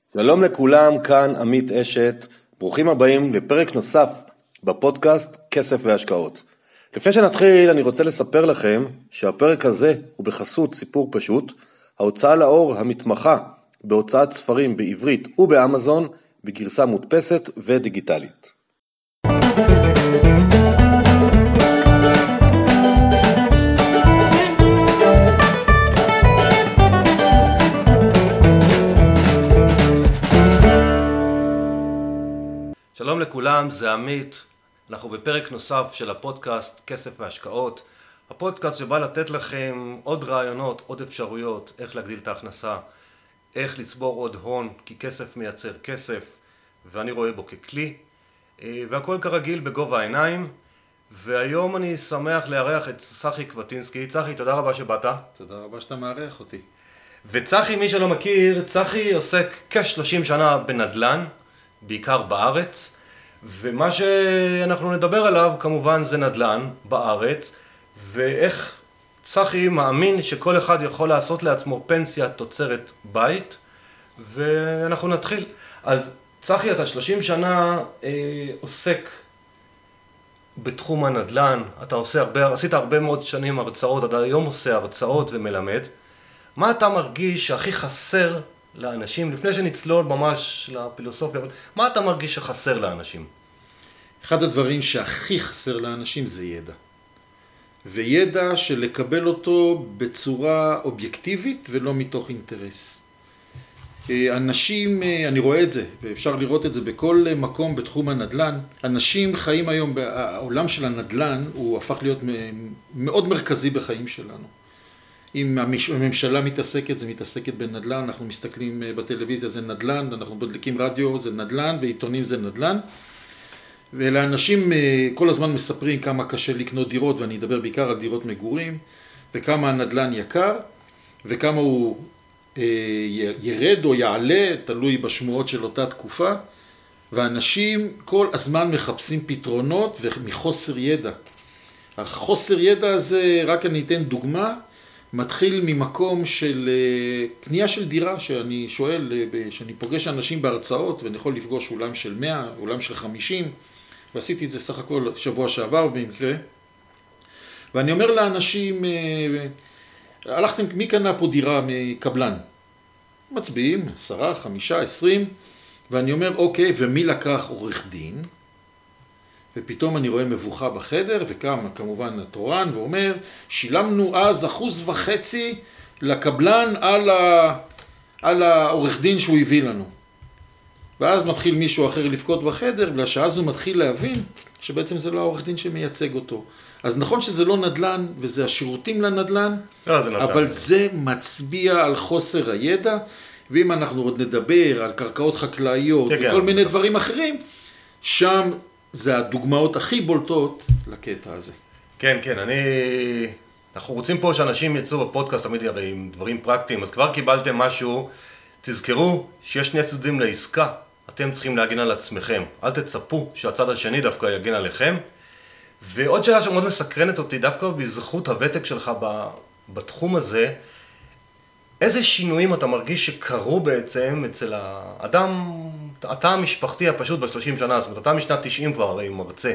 שלום לכולם, כאן עמית אשת, ברוכים הבאים לפרק נוסף בפודקאסט כסף והשקעות. לפני שנתחיל אני רוצה לספר לכם שהפרק הזה הוא בחסות סיפור פשוט, ההוצאה לאור המתמחה בהוצאת ספרים בעברית ובאמזון בגרסה מודפסת ודיגיטלית. שלום לכולם, זה עמית, אנחנו בפרק נוסף של הפודקאסט כסף והשקעות, הפודקאסט שבא לתת לכם עוד רעיונות, עוד אפשרויות, איך להגדיל את ההכנסה, איך לצבור עוד הון, כי כסף מייצר כסף, ואני רואה בו ככלי, והכל כרגיל בגובה העיניים, והיום אני שמח לארח את צחי קבטינסקי. צחי, תודה רבה שבאת. תודה רבה שאתה מארח אותי. וצחי, מי שלא מכיר, צחי עוסק כ-30 שנה בנדל"ן, בעיקר בארץ, ומה שאנחנו נדבר עליו כמובן זה נדל"ן בארץ, ואיך צחי מאמין שכל אחד יכול לעשות לעצמו פנסיה תוצרת בית, ואנחנו נתחיל. אז צחי, אתה 30 שנה עוסק בתחום הנדל"ן, עשית הרבה מאוד שנים הרצאות, אתה היום עושה הרצאות ומלמד. מה אתה מרגיש שהכי חסר לאנשים, לפני שנצלול ממש לפילוסופיה, מה אתה מרגיש שחסר לאנשים? אחד הדברים שהכי חסר לאנשים זה ידע. וידע שלקבל אותו בצורה אובייקטיבית ולא מתוך אינטרס. אנשים, אני רואה את זה, ואפשר לראות את זה בכל מקום בתחום הנדל"ן. אנשים חיים היום, העולם של הנדל"ן הוא הפך להיות מאוד מרכזי בחיים שלנו. אם הממשלה מתעסקת בנדל"ן, אנחנו מסתכלים בטלוויזיה זה נדל"ן, אנחנו בודקים רדיו זה נדל"ן, ועיתונים זה נדל"ן. ולאנשים כל הזמן מספרים כמה קשה לקנות דירות, ואני אדבר בעיקר על דירות מגורים, וכמה הנדל"ן יקר, וכמה הוא ירד או יעלה, תלוי בשמועות של אותה תקופה, ואנשים כל הזמן מחפשים פתרונות ומחוסר ידע. החוסר ידע הזה, רק אני אתן דוגמה, מתחיל ממקום של קנייה של דירה, שאני שואל, שאני פוגש אנשים בהרצאות, ואני יכול לפגוש אולם של 100, אולם של 50, ועשיתי את זה סך הכל שבוע שעבר במקרה, ואני אומר לאנשים, מי קנה פה דירה מקבלן? מצביעים, 10, 5, 20, ואני אומר, אוקיי, ומי לקח עורך דין? ופתאום אני רואה מבוכה בחדר, וקם כמובן התורן ואומר, שילמנו אז 1.5% לקבלן על העורך דין שהוא הביא לנו. ואז מתחיל מישהו אחר לפקוד בחדר, ולשאז הוא מתחיל להבין שבעצם זה לא העורך דין שמייצג אותו. אז נכון שזה לא נדל"ן, וזה השירותים לנדל"ן, אבל זה מצביע על חוסר הידע, ואם אנחנו עוד נדבר על קרקעות חקלאיות וכל מיני דברים אחרים, שם זה הדוגמאות הכי בולטות לקטע הזה. כן, אנחנו רוצים פה שאנשים יצאו בפודקאסט תמיד הרי עם דברים פרקטיים, אז כבר קיבלתם משהו, תזכרו שיש שני צדדים לעסקה, אתם צריכים להגן על עצמכם, אל תצפו שהצד השני דווקא יגן עליכם. ועוד שאלה שמאוד מסקרנת אותי, דווקא בזכות הוותק שלך בתחום הזה, איזה שינויים אתה מרגיש שקרו בעצם אצל האדם, אתה המשפחתי הפשוט ב-30 שנה, זאת אומרת, אתה משנת 90 כבר הרי מרצה.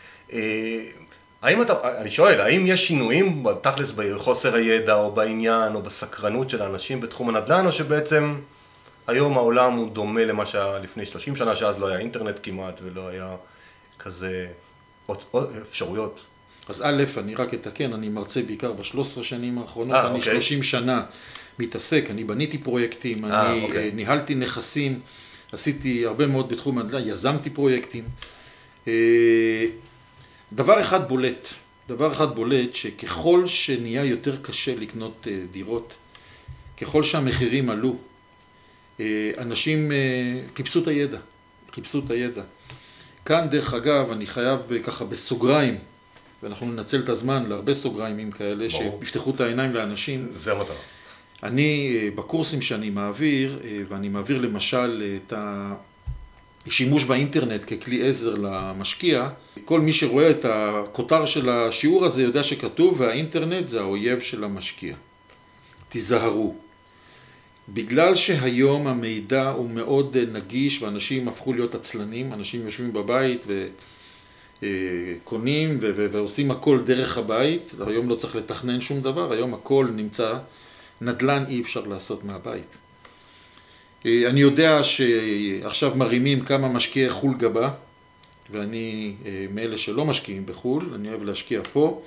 אני שואל, האם יש שינויים בתכלס בחוסר הידע או בעניין או בסקרנות של האנשים בתחום הנדל"ן, או שבעצם היום העולם הוא דומה למה שהיה לפני 30 שנה, שאז לא היה אינטרנט כמעט ולא היה כזה אפשרויות? אז א', אני רק אתקן, אני מרצה בעיקר ב-13 שנים האחרונות, אני 30 שנה מתעסק, אני בניתי פרויקטים, אני ניהלתי נכסים, עשיתי הרבה מאוד בתחום הנדל"ן, יזמתי פרויקטים. דבר אחד בולט שככל שנהיה יותר קשה לקנות דירות, ככל שהמחירים עלו, אנשים חיפשו את הידע. כאן דרך אגב אני חייב ככה בסוגריים, ואנחנו ננצל את הזמן להרבה סוגריים כאלה שיפתחו את העיניים לאנשים. זה המטרה. אני בקורסים שאני מעביר, ואני מעביר למשל את השימוש באינטרנט ככלי עזר למשקיע, כל מי שרואה את הכותר של השיעור הזה יודע שכתוב והאינטרנט זה האויב של המשקיע. תיזהרו. בגלל שהיום המידע הוא מאוד נגיש ואנשים הפכו להיות עצלנים, אנשים יושבים בבית וקונים ועושים הכל דרך הבית, היום לא צריך לתכנן שום דבר, היום הכל נמצא, נדל"ן אי אפשר לעשות מהבית. אני יודע שעכשיו מרימים כמה משקיעי חול גבה, ואני מאלה שלא משקיעים בחול, אני אוהב להשקיע פה.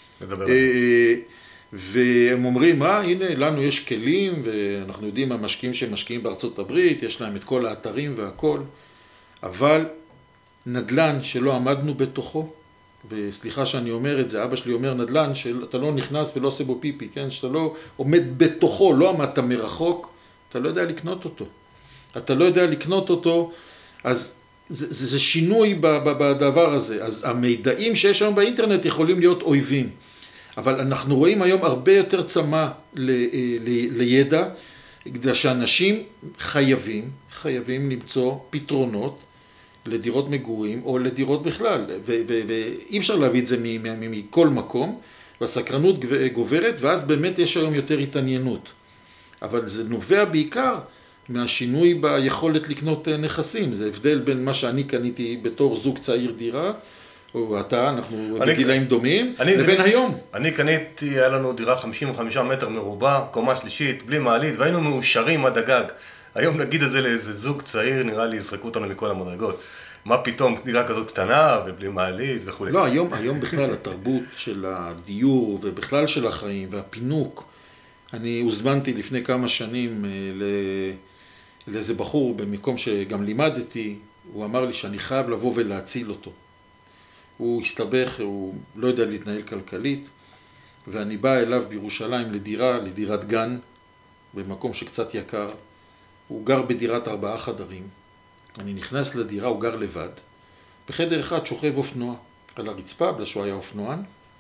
והם אומרים, הנה, לנו יש כלים, ואנחנו יודעים המשקיעים שמשקיעים בארצות הברית, יש להם את כל האתרים והכל, אבל נדל"ן שלא עמדנו בתוכו, וסליחה שאני אומר את זה, אבא שלי אומר נדל"ן, שאתה לא נכנס ולא עושה בו פיפי, כן? שאתה לא עומד בתוכו, לא עמדת מרחוק, אתה לא יודע לקנות אותו. אתה לא יודע לקנות אותו, אז זה שינוי בדבר הזה. אז המידעים שיש היום באינטרנט יכולים להיות אויבים. אבל אנחנו רואים היום הרבה יותר צמא לידע, כדי שאנשים חייבים למצוא פתרונות לדירות מגורים או לדירות בכלל. ואי אפשר להביא את זה מכל מקום, והסקרנות גוברת, ואז באמת יש היום יותר התעניינות. אבל זה נובע בעיקר מהשינוי ביכולת לקנות נכסים. זה הבדל בין מה שאני קניתי בתור זוג צעיר דירה, או אתה, אנחנו בגילאים דומים, לבין היום. אני קניתי, היה לנו דירה 55 מטר מרובע, קומה שלישית, בלי מעלית, והיינו מאושרים עד הגג. היום נגיד את זה לאיזה זוג צעיר, נראה לי יזרקו אותנו מכל המדרגות. מה פתאום דירה כזאת קטנה ובלי מעלית וכו'. לא, היום בכלל התרבות של הדיור ובכלל של החיים והפינוק. אני הוזמנתי לפני כמה שנים לאיזה בחור במקום שגם לימדתי, הוא אמר לי שאני חייב לבוא ולהציל אותו. הוא הסתבך, הוא לא יודע להתנהל כלכלית, ואני בא אליו בירושלים לדירת גן, במקום שקצת יקר. הוא גר בדירת 4 חדרים. אני נכנס לדירה, הוא גר לבד. בחדר אחד שוכב אופנוע על הרצפה, בגלל שהוא היה אופנוען.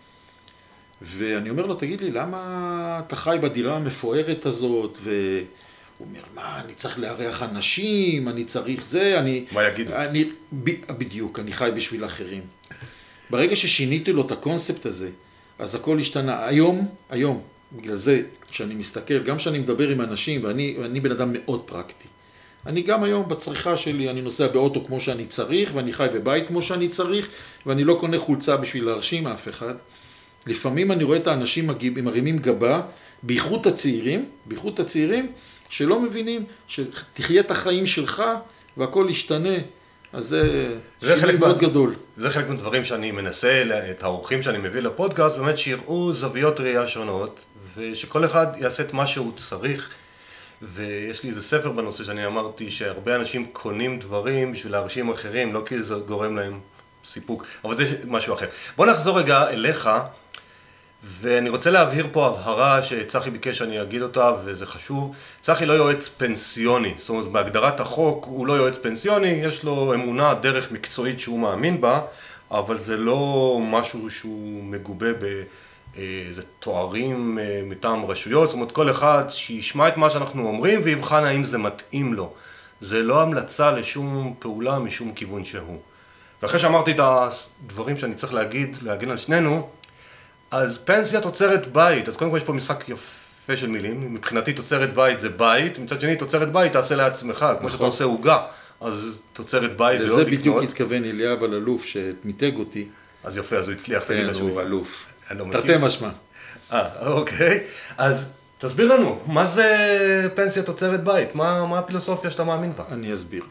ואני אומר לו, תגיד לי, למה אתה חי בדירה המפוארת הזאת? והוא אומר, מה, אני צריך לארח אנשים, אני צריך זה, מה יגידו? בדיוק, אני חי בשביל אחרים. ברגע ששיניתי לו את הקונספט הזה, אז הכל השתנה. היום, בגלל זה שאני מסתכל, גם שאני מדבר עם אנשים, ואני בן אדם מאוד פרקטי. אני גם היום בצריכה שלי, אני נוסע באוטו כמו שאני צריך, ואני חי בבית כמו שאני צריך, ואני לא קונה חולצה בשביל להרשים אף אחד. לפעמים אני רואה את האנשים מרימים גבה, בייחוד הצעירים, שלא מבינים שתחיה את החיים שלך, והכל ישתנה. אז זה שינוי מאוד גדול. זה חלק מהדברים שאני מנסה, את האורחים שאני מביא לפודקאסט, באמת שיראו זוויות ראייה שונות, ושכל אחד יעשה את מה שהוא צריך. ויש לי איזה ספר בנושא שאני אמרתי שהרבה אנשים קונים דברים בשביל להרשים אחרים, לא כי זה גורם להם סיפוק, אבל זה משהו אחר. בוא נחזור רגע אליך, ואני רוצה להבהיר פה הבהרה שצחי ביקש שאני אגיד אותה, וזה חשוב. צחי לא יועץ פנסיוני, זאת אומרת, בהגדרת החוק הוא לא יועץ פנסיוני, יש לו אמונה, דרך מקצועית שהוא מאמין בה, אבל זה לא משהו שהוא מגובה באיזה תוארים מטעם רשויות, זאת אומרת, כל אחד שישמע את מה שאנחנו אומרים ויבחן האם זה מתאים לו. זה לא המלצה לשום פעולה משום כיוון שהוא. ואחרי שאמרתי את הדברים שאני צריך להגיד על שנינו, אז פנסיה תוצרת בית, אז קודם כל יש פה משחק יפה של מילים, מבחינתי תוצרת בית זה בית, מצד שני תוצרת בית תעשה לעצמך, כמו שאתה עושה עוגה, אז תוצרת בית ולא לקנות. לזה בדיוק התכוון אליאב על אלוף שמיתג אותי. אז יפה, אז הוא הצליח, תגיד לה שהוא... הוא אלוף. תרתי משמע. אוקיי, אז תסביר לנו, מה זה פנסיה תוצרת בית? מה הפילוסופיה שאתה מאמין בה? אני אסביר.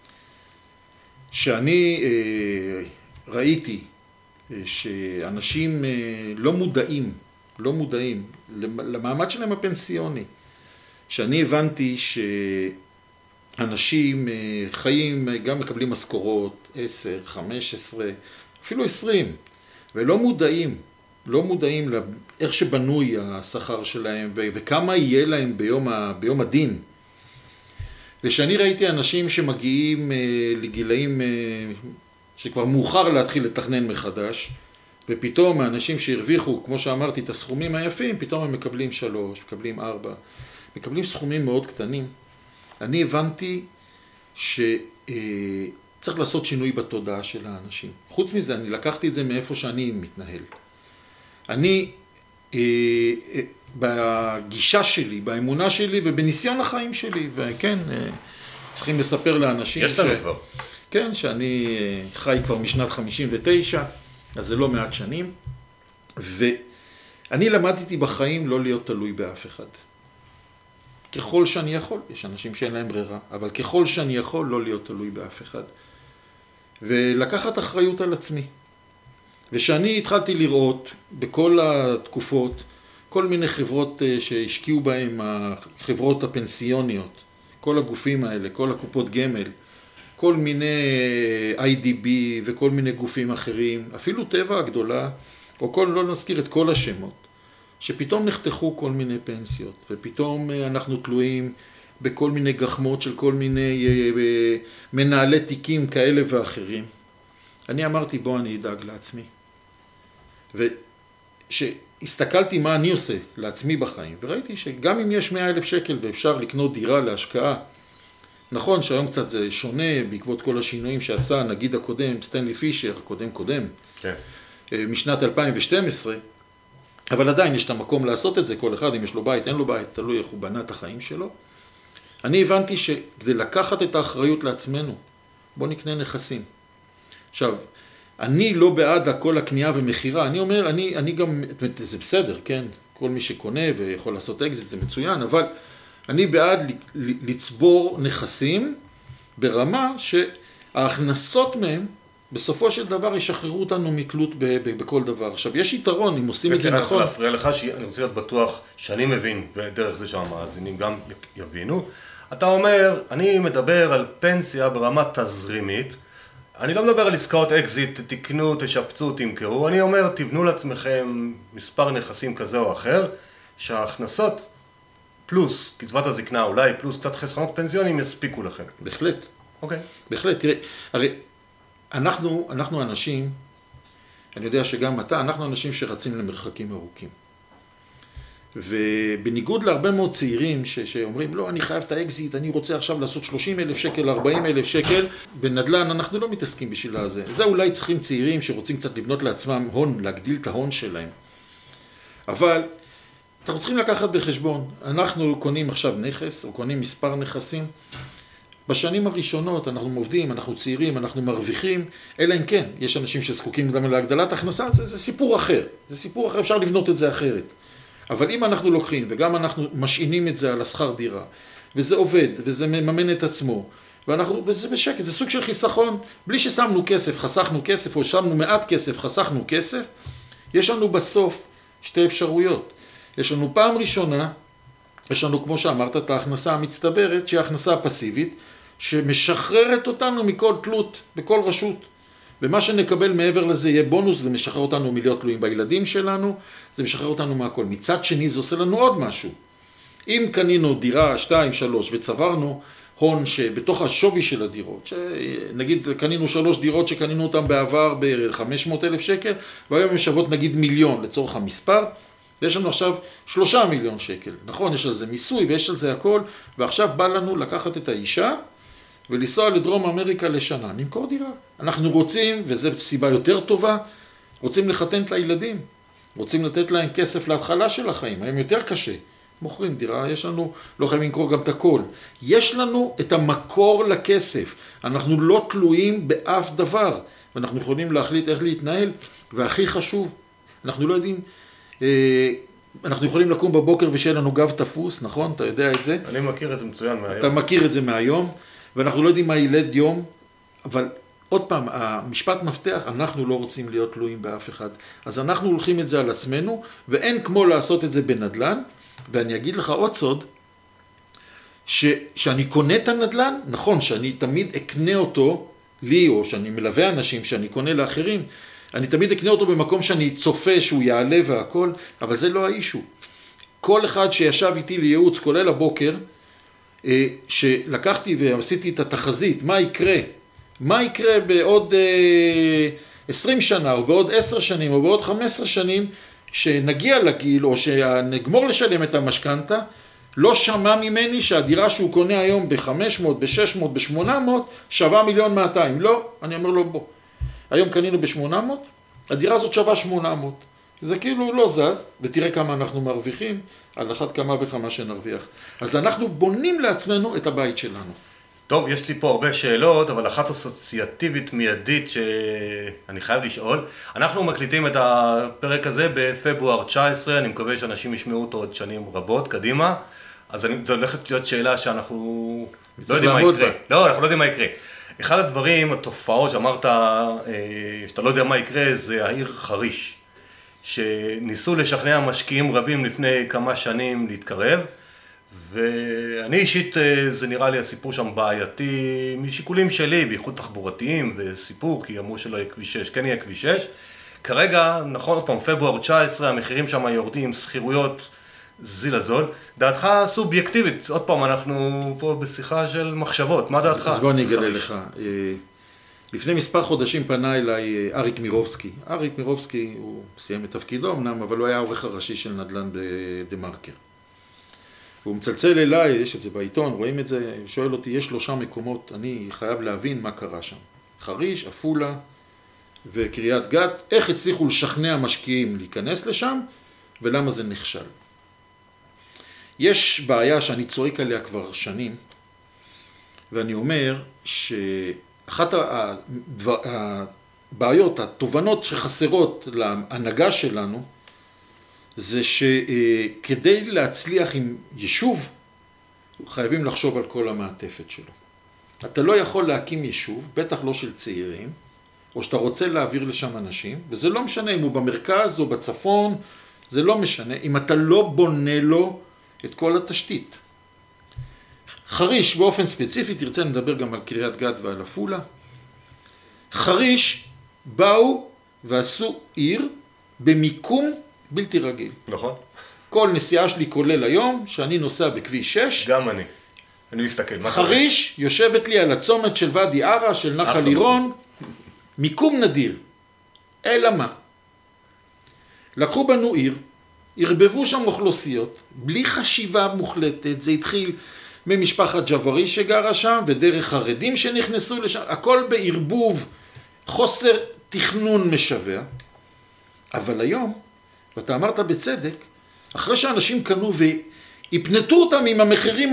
שאני ראיתי שאנשים לא מודעים למעמד שלהם הפנסיוני. שאני הבנתי שאנשים חיים, גם מקבלים משכורות 10, 15, אפילו 20, ולא מודעים לאיך שבנוי השכר שלהם וכמה יהיה להם ביום הדין. ושאני ראיתי אנשים שמגיעים לגילאים שכבר מאוחר להתחיל לתכנן מחדש, ופתאום האנשים שהרוויחו, כמו שאמרתי, את הסכומים היפים, פתאום הם מקבלים 3, מקבלים 4, מקבלים סכומים מאוד קטנים. אני הבנתי שצריך לעשות שינוי בתודעה של האנשים. חוץ מזה, אני לקחתי את זה מאיפה שאני מתנהל. אני בגישה שלי, באמונה שלי ובניסיון החיים שלי, וכן, צריכים לספר לאנשים יש לנו כבר. כן, שאני חי כבר משנת 59, אז זה לא מעט שנים, ואני למדתי בחיים לא להיות תלוי באף אחד. ככל שאני יכול, יש אנשים שאין להם ברירה, אבל ככל שאני יכול לא להיות תלוי באף אחד. ולקחת אחריות על עצמי. ושאני התחלתי לראות בכל התקופות, כל מיני חברות שהשקיעו בהן, החברות הפנסיוניות, כל הגופים האלה, כל הקופות גמל, כל מיני IDB וכל מיני גופים אחרים, אפילו טבע הגדולה, או לא נזכיר את כל השמות, שפתאום נחתכו כל מיני פנסיות, ופתאום אנחנו תלויים בכל מיני גחמות של כל מיני מנהלי תיקים כאלה ואחרים. אני אמרתי, בוא אני אדאג לעצמי. והסתכלתי מה אני עושה לעצמי בחיים, וראיתי שגם אם יש 100,000 שקל ואפשר לקנות דירה להשקעה, נכון שהיום קצת זה שונה בעקבות כל השינויים שעשה הנגיד הקודם, סטנלי פישר, קודם, כן. משנת 2012, אבל עדיין יש את המקום לעשות את זה, כל אחד אם יש לו בית, אין לו בית, תלוי איך הוא בנה את החיים שלו. אני הבנתי שכדי לקחת את האחריות לעצמנו, בוא נקנה נכסים. עכשיו, אני לא בעד כל הקנייה ומחירה, אני אומר, אני גם, זה בסדר, כן? כל מי שקונה ויכול לעשות אקזיט זה מצוין, אבל אני בעד לצבור נכסים ברמה שההכנסות מהם בסופו של דבר ישחררו אותנו מתלות בכל דבר. עכשיו, יש יתרון אם עושים את זה נכון. אני רוצה להפריע לך, אני רוצה להיות בטוח שאני מבין, ודרך זה שהמאזינים גם יבינו. אתה אומר, אני מדבר על פנסיה ברמה תזרימית, אני לא מדבר על עסקאות אקזיט, תקנו, תשפצו, תמכרו, אני אומר, תבנו לעצמכם מספר נכסים כזה או אחר, שההכנסות פלוס קצבת הזקנה אולי, פלוס קצת חסכונות פנסיונים יספיקו לכם. בהחלט. אוקיי. בהחלט, תראה, הרי אנחנו אנשים, אני יודע שגם אתה, אנחנו אנשים שרצים למרחקים ארוכים. ובניגוד להרבה מאוד צעירים שאומרים, לא, אני חייב את האקזיט, אני רוצה עכשיו לעשות 30,000 שקל, 40,000 שקל, בנדל"ן אנחנו לא מתעסקים בשביל זה. זה אולי צריכים צעירים שרוצים קצת לבנות לעצמם הון, להגדיל את ההון שלהם. אבל אנחנו צריכים לקחת בחשבון, אנחנו קונים עכשיו נכס, או קונים מספר נכסים, בשנים הראשונות אנחנו עובדים, אנחנו צעירים, אנחנו מרוויחים, אלא אם כן, יש אנשים שזקוקים גם להגדלת הכנסה, זה סיפור אחר. זה סיפור אחר, אפשר לבנות את זה אחרת. אבל אם אנחנו לוקחים, וגם אנחנו משעינים את זה על השכר דירה, וזה עובד, וזה מממן את עצמו, וזה בשקט, זה סוג של חיסכון, בלי ששמנו כסף, חסכנו כסף, או שמנו מעט כסף, חסכנו כסף, יש לנו בסוף שתי אפשרויות. יש לנו פעם ראשונה, יש לנו, כמו שאמרת, את ההכנסה המצטברת, שהיא ההכנסה הפסיבית, שמשחררת אותנו מכל תלות, בכל רשות. ומה שנקבל מעבר לזה יהיה בונוס, זה משחרר אותנו מלהיות תלויים בילדים שלנו, זה משחרר אותנו מהכל. מצד שני זה עושה לנו עוד משהו. אם קנינו דירה 2, 3 וצברנו הון שבתוך השווי של הדירות, נגיד קנינו 3 דירות שקנינו אותן בעבר ב-500,000 שקל, והיום הן שוות נגיד 1,000,000 לצורך המספר, ויש לנו עכשיו 3 מיליון שקל. נכון, יש על זה מיסוי ויש על זה הכל, ועכשיו בא לנו לקחת את האישה, ולנסוע לדרום אמריקה לשנה, נמכור דירה. אנחנו רוצים, וזו סיבה יותר טובה, רוצים לחתן את הילדים, רוצים לתת להם כסף להתחלה של החיים, היום יותר קשה. מוכרים דירה, יש לנו, לא חייבים למכור גם את הכל. יש לנו את המקור לכסף, אנחנו לא תלויים באף דבר, ואנחנו יכולים להחליט איך להתנהל, והכי חשוב, אנחנו לא יודעים, אנחנו יכולים לקום בבוקר ושיהיה לנו גב תפוס, נכון? אתה יודע את זה? אני מכיר את זה מצוין מהיום. אתה מכיר את זה מהיום. ואנחנו לא יודעים מה ילד יום, אבל עוד פעם, המשפט מפתח, אנחנו לא רוצים להיות תלויים באף אחד. אז אנחנו הולכים את זה על עצמנו, ואין כמו לעשות את זה בנדל"ן, ואני אגיד לך עוד סוד, שאני קונה את הנדל"ן, נכון שאני תמיד אקנה אותו לי, או שאני מלווה אנשים שאני קונה לאחרים, אני תמיד אקנה אותו במקום שאני צופה שהוא יעלה והכל, אבל זה לא האישו. כל אחד שישב איתי לייעוץ, כולל הבוקר, שלקחתי ועשיתי את התחזית, מה יקרה? מה יקרה בעוד 20 שנה, או בעוד 10 שנים, או בעוד 15 שנים, שנגיע לגיל, או שנגמור לשלם את המשכנתה, לא שמע ממני שהדירה שהוא קונה היום ב-500, ב-600, ב-800, שווה 1,200,000. לא, אני אומר לו בוא. היום קנינו ב-800, הדירה הזאת שווה 800. זה כאילו לא זז, ותראה כמה אנחנו מרוויחים, על אחת כמה וכמה שנרוויח. אז אנחנו בונים לעצמנו את הבית שלנו. טוב, יש לי פה הרבה שאלות, אבל אחת אסוציאטיבית מיידית שאני חייב לשאול. אנחנו מקליטים את הפרק הזה בפברואר 19, אני מקווה שאנשים ישמעו אותו עוד שנים רבות, קדימה. אז זו הולכת להיות שאלה שאנחנו לא יודעים מה יקרה. לא, אנחנו לא יודעים מה יקרה. אחד הדברים, התופעות שאמרת, שאתה לא יודע מה יקרה, זה העיר חריש. שניסו לשכנע משקיעים רבים לפני כמה שנים להתקרב. ואני אישית, זה נראה לי הסיפור שם בעייתי משיקולים שלי, בייחוד תחבורתיים וסיפור, כי אמרו שלא יהיה כביש 6, כן יהיה כביש 6. כרגע, נכון, עוד פעם, פברואר 19, המחירים שם יורדים, שכירויות זיל הזול. דעתך סובייקטיבית, עוד פעם, אנחנו פה בשיחה של מחשבות, מה דעתך? אז בוא אני אגלה לך. לפני מספר חודשים פנה אליי אריק מירובסקי. אריק מירובסקי, הוא סיים את תפקידו אמנם, אבל הוא היה העורך הראשי של נדל"ן בדה-מרקר. והוא מצלצל אליי, יש את זה בעיתון, רואים את זה, הוא שואל אותי, יש 3 מקומות, אני חייב להבין מה קרה שם. חריש, עפולה וקריית גת, איך הצליחו לשכנע משקיעים להיכנס לשם, ולמה זה נכשל. יש בעיה שאני צועק עליה כבר שנים, ואני אומר שאחת הבעיות, התובנות שחסרות להנהגה שלנו, זה שכדי להצליח עם יישוב, חייבים לחשוב על כל המעטפת שלו. אתה לא יכול להקים יישוב, בטח לא של צעירים, או שאתה רוצה להעביר לשם אנשים, וזה לא משנה אם הוא במרכז או בצפון, זה לא משנה, אם אתה לא בונה לו את כל התשתית. חריש באופן ספציפי, תרצה נדבר גם על קריית גת ועל עפולה. חריש באו ועשו עיר במיקום בלתי רגיל. נכון. כל נסיעה שלי כולל היום, שאני נוסע בכביש 6. גם אני. אני מסתכל. חריש יושבת לי על הצומת של ואדי ערה, של נחל עירון. מיקום נדיר. אלא מה? לקחו בנו עיר, הרבבו שם אוכלוסיות, בלי חשיבה מוחלטת. זה התחיל ממשפחת ג'ברי שגרה שם, ודרך חרדים שנכנסו לשם. הכל בערבוב, חוסר תכנון משווע. אבל היום, ואתה אמרת בצדק, אחרי שאנשים קנו והפנתו אותם עם המחירים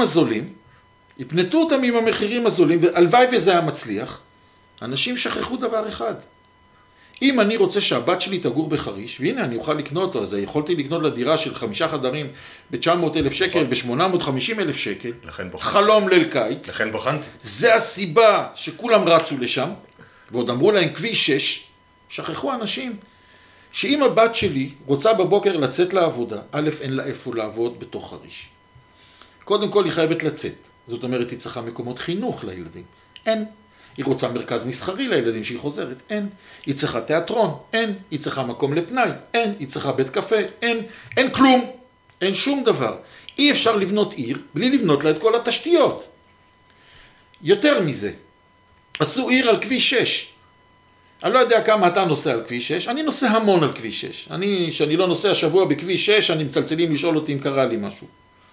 הזולים, והלוואי וזה היה מצליח, אנשים שכחו דבר אחד. אם אני רוצה שהבת שלי תגור בחריש, והנה אני אוכל לקנות אותו, אז יכולתי לקנות לה דירה של 5 חדרים ב-900,000 שקל, ב-850,000 שקל, חלום ליל קיץ. לכן בוחנתי. זה הסיבה שכולם רצו לשם, ועוד אמרו להם כביש 6, שכחו אנשים. שאם הבת שלי רוצה בבוקר לצאת לעבודה, א', אין לה איפה לעבוד בתוך חריש. קודם כל היא חייבת לצאת. זאת אומרת, היא צריכה מקומות חינוך לילדים. אין. היא רוצה מרכז מסחרי לילדים שהיא חוזרת. אין. היא צריכה תיאטרון. אין. היא צריכה מקום לפנאי. אין. היא צריכה בית קפה. אין. אין כלום. אין שום דבר. אי אפשר לבנות עיר בלי לבנות לה את כל התשתיות. יותר מזה. עשו עיר על כביש 6. אני לא יודע כמה אתה נוסע על כביש 6, אני נוסע המון על כביש 6. שאני לא נוסע שבוע בכביש 6, אני מצלצלים לשאול אותי אם קרה לי משהו.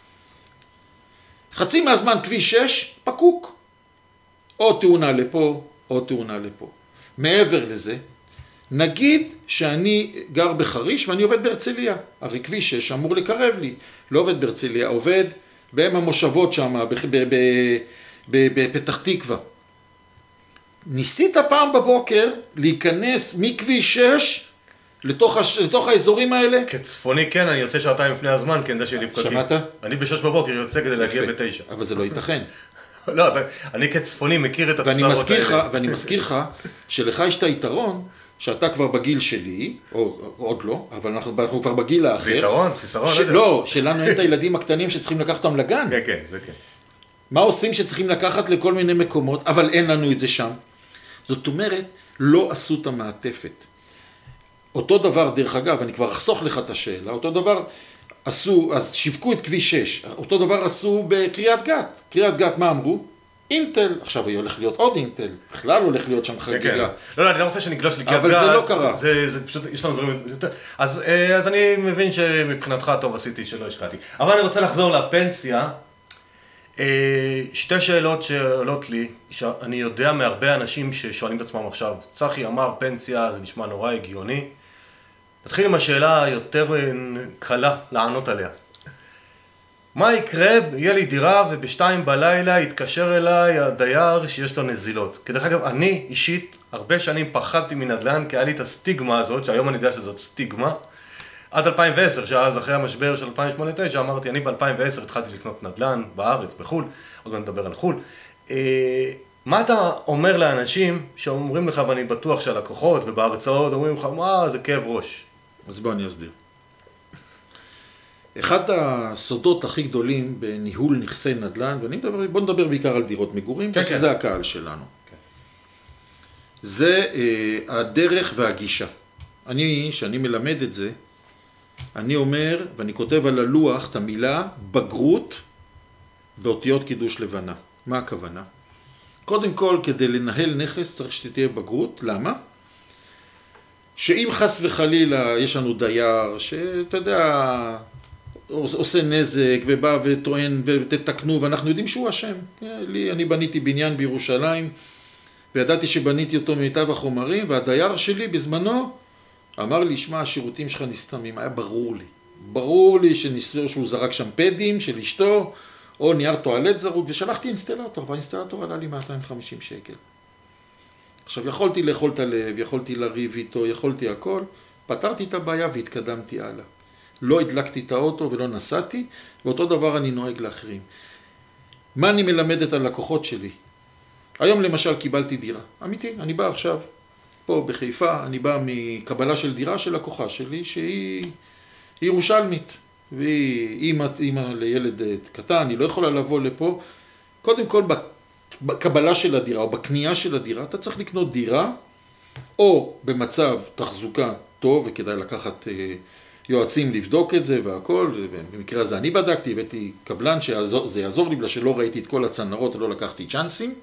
חצי מהזמן כביש 6 פקוק. או תאונה לפה, או תאונה לפה. מעבר לזה, נגיד שאני גר בחריש ואני עובד בהרצליה. הרי כביש 6 אמור לקרב לי. לא עובד בהרצליה, עובד בהם המושבות שם, בפתח תקווה. ניסית פעם בבוקר להיכנס מכביש 6 לתוך האזורים האלה? כצפוני כן, אני יוצא 2 שעתיים לפני הזמן, כן, זה שלי פקקים. שמעת? אני ב6 בבוקר יוצא כדי להגיע ב9. אבל זה לא ייתכן. לא, אני כצפוני מכיר את הצרות האלה. ואני מזכיר לך שלך יש את היתרון שאתה כבר בגיל שלי, או עוד לא, אבל אנחנו כבר בגיל האחר. זה יתרון, חיסרון. לא, שלנו אין את הילדים הקטנים שצריכים לקחת אותם לגן. כן, כן, זה כן. מה עושים שצריכים לקחת לכל מיני מקומות, אבל אין לנו את זה שם. זאת אומרת, לא עשו את המעטפת. אותו דבר, דרך אגב, אני כבר אחסוך לך את השאלה, אותו דבר עשו, אז שיווקו את כביש 6, אותו דבר עשו בקריית גת. קריית גת, מה אמרו? אינטל, עכשיו היא הולך להיות עוד אינטל, בכלל הולך להיות שם חגיגה. לא, אני לא רוצה שנגלוש לקריית גת. אבל זה לא קרה. זה פשוט, יש לנו דברים יותר. אז אני מבין שמבחינתך טוב עשיתי שלא השקעתי. אבל אני רוצה לחזור לפנסיה. 2 שאלות שעולות לי, שאני יודע מהרבה אנשים ששואלים את עצמם עכשיו, צחי אמר פנסיה, זה נשמע נורא הגיוני. נתחיל עם השאלה היותר קלה לענות עליה. מה יקרה, יהיה לי דירה ובשתיים בלילה יתקשר אליי הדייר שיש לו נזילות. כדרך אגב, אני אישית הרבה שנים פחדתי מנדל"ן, כי היה לי את הסטיגמה הזאת, שהיום אני יודע שזאת סטיגמה. עד 2010, שאז אחרי המשבר של 2008-2009, אמרתי, אני ב-2010 התחלתי לקנות נדל"ן בארץ, בחול, עוד מעט נדבר על חול. מה אתה אומר לאנשים שאומרים לך, ואני בטוח שהלקוחות ובהרצאות אומרים לך, מה, זה כאב ראש. אז בוא אני אסביר. אחד הסודות הכי גדולים בניהול נכסי נדל"ן, בוא נדבר בעיקר על דירות מגורים, כי זה הקהל שלנו. זה הדרך והגישה. שאני מלמד את זה, אני אומר, ואני כותב על הלוח את המילה בגרות באותיות קידוש לבנה. מה הכוונה? קודם כל, כדי לנהל נכס צריך שתהיה בגרות. למה? שאם חס וחלילה יש לנו דייר שאתה יודע, עושה נזק ובא וטוען ותתקנו, ואנחנו יודעים שהוא אשם. אני בניתי בניין בירושלים וידעתי שבניתי אותו מיטב החומרים, והדייר שלי בזמנו אמר לי, שמע, השירותים שלך נסתמים. היה ברור לי שהוא זרק שם פדים של אשתו או נייר טואלט זרוק, ושלחתי אינסטלטור, והאינסטלטור עלה לי 250 שקל. עכשיו, יכולתי לאכול את הלב, יכולתי לריב איתו, יכולתי הכל, פתרתי את הבעיה והתקדמתי הלאה. לא הדלקתי את האוטו ולא נסעתי, ואותו דבר אני נוהג לאחרים. מה אני מלמד את הלקוחות שלי? היום למשל קיבלתי דירה, אמיתי, אני בא עכשיו, פה בחיפה, אני בא מקבלה של דירה של לקוחה שלי, שהיא ירושלמית, והיא אימא לילד קטן, היא לא יכולה לבוא לפה. קודם כל, בקבלה של הדירה או בקנייה של הדירה, אתה צריך לקנות דירה, או במצב תחזוקה טוב, וכדאי לקחת יועצים לבדוק את זה והכל, במקרה הזה אני בדקתי, הבאתי קבלן שזה יעזור לי, בגלל שלא ראיתי את כל הצנרות, לא לקחתי צ'אנסים,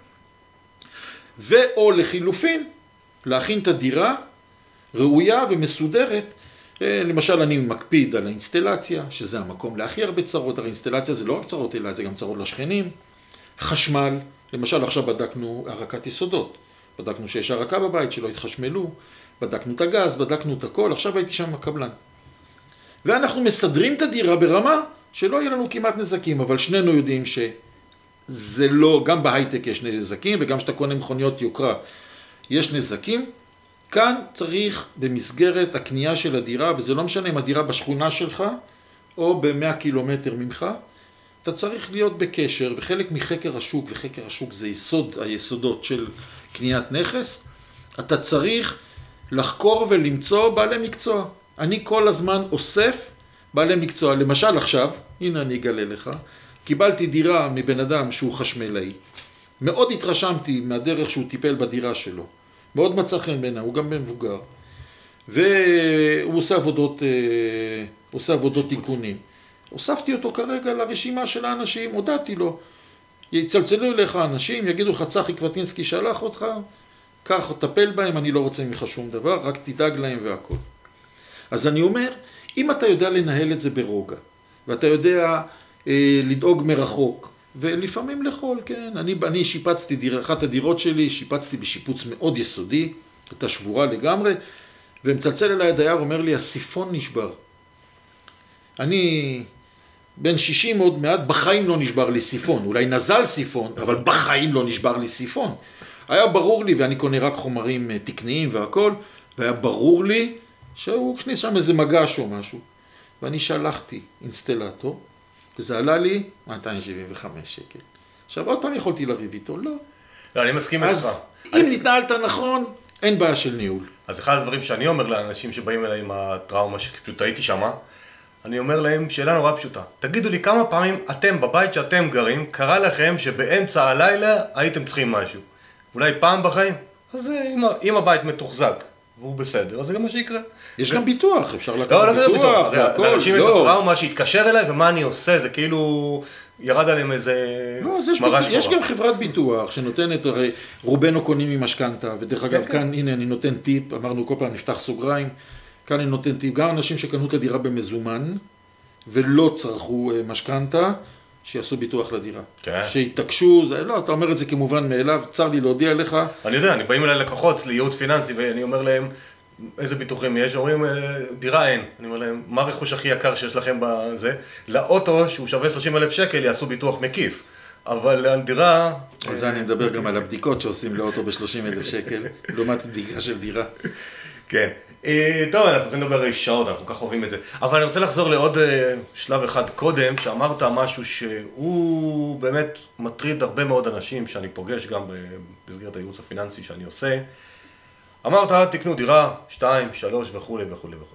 או לחילופין, להכין את הדירה ראויה ומסודרת. למשל, אני מקפיד על האינסטלציה, שזה המקום להכי הרבה צרות, הרי אינסטלציה זה לא רק צרות, אלא זה גם צרות לשכנים. חשמל, למשל עכשיו בדקנו הרקת יסודות, בדקנו שיש הרקה בבית שלא התחשמלו, בדקנו את הגז, בדקנו את הכל, עכשיו הייתי שם הקבלן. ואנחנו מסדרים את הדירה ברמה שלא יהיה לנו כמעט נזקים, אבל שנינו יודעים שזה לא, גם בהייטק יש נזקים, וגם שאתה קונה מכוניות יוקרה יש נזקים. כאן צריך במסגרת הקנייה של הדירה, וזה לא משנה אם הדירה בשכונה שלך או ב100 קילומטר ממך, אתה צריך להיות בקשר, וחלק מחקר השוק, וחקר השוק זה היסודות של קניית נכס, אתה צריך לחקור ולמצוא בעלי מקצוע. אני כל הזמן אוסף בעלי מקצוע. למשל עכשיו, הנה אני אגלה לך, קיבלתי דירה מבן אדם שהוא חשמלאי. מאוד התרשמתי מהדרך שהוא טיפל בדירה שלו. מאוד מצא חן בעיניו, הוא גם מבוגר. והוא עושה עבודות תיקונים. הוספתי אותו כרגע לרשימה של האנשים, הודעתי לו. יצלצלו אליך אנשים, יגידו לך, צחי קווטינסקי שלח אותך, כך תטפל בהם, אני לא רוצה ממך שום דבר, רק תדאג להם והכל. אז אני אומר, אם אתה יודע לנהל את זה ברוגע, ואתה יודע לדאוג מרחוק, ולפעמים לאכול, כן, אני שיפצתי אחת הדירות שלי, שיפצתי בשיפוץ מאוד יסודי, הייתה שבורה לגמרי, ומצלצל אליי הדייר, אומר לי, הסיפון נשבר. אני בן 60 עוד מעט, בחיים לא נשבר לי סיפון, אולי נזל סיפון, אבל בחיים לא נשבר לי סיפון. היה ברור לי, ואני קונה רק חומרים תקניים והכל, והיה ברור לי שהוא הכניס שם איזה מגש או משהו. ואני שלחתי אינסטלטור, וזה עלה לי 275 שקל. עכשיו עוד פעם יכולתי לריב איתו, לא. לא, אני מסכים איתך. אז אם נתנהלת נכון, אין בעיה של ניהול. אז אחד הדברים שאני אומר לאנשים שבאים אליי עם הטראומה, שפשוט הייתי שמה, אני אומר להם שאלה נורא פשוטה. תגידו לי כמה פעמים אתם בבית שאתם גרים, קרה לכם שבאמצע הלילה הייתם צריכים משהו. אולי פעם בחיים? אז אם הבית מתוחזק והוא בסדר, אז זה גם מה שיקרה. יש גם ביטוח, אפשר לקחת ביטוח. לאנשים יש טראומה שהתקשר אליי, ומה אני עושה? זה כאילו ירד עליהם איזה מראה שחורה. יש גם חברת ביטוח שנותנת, הרי רובנו קונים ממשכנתה, ודרך אגב כאן, הנה אני נותן טיפ, אמרנו כל פעם נפתח סוגריים, כאן אני נותן טיפ, גם אנשים שקנו את הדירה במזומן, ולא צרכו משכנתה, שיעשו ביטוח לדירה. כן. שיתקשו, לא, אתה אומר את זה כמובן מאליו, צר לי להודיע לך. אני יודע, באים אליי לקוחות לייעוץ פיננסי, ואני אומר להם, איזה ביטוחים יש? אומרים, דירה אין. אני אומר להם, מה הרכוש הכי יקר שיש לכם בזה? לאוטו, שהוא שווה 30,000 שקל, יעשו ביטוח מקיף. אבל הדירה... על זה אני מדבר גם על הבדיקות שעושים לאוטו ב-30,000 שקל, לעומת בדיקה של דירה. כן. טוב, אנחנו יכולים לדבר שעות, אנחנו כך אוהבים את זה. אבל אני רוצה לחזור לעוד שלב אחד קודם, שאמרת משהו שהוא באמת מטריד הרבה מאוד אנשים, שאני פוגש גם במסגרת הייעוץ הפיננסי שאני עושה. אמרת, תקנו דירה, 2, 3 וכו' וכו' וכו'.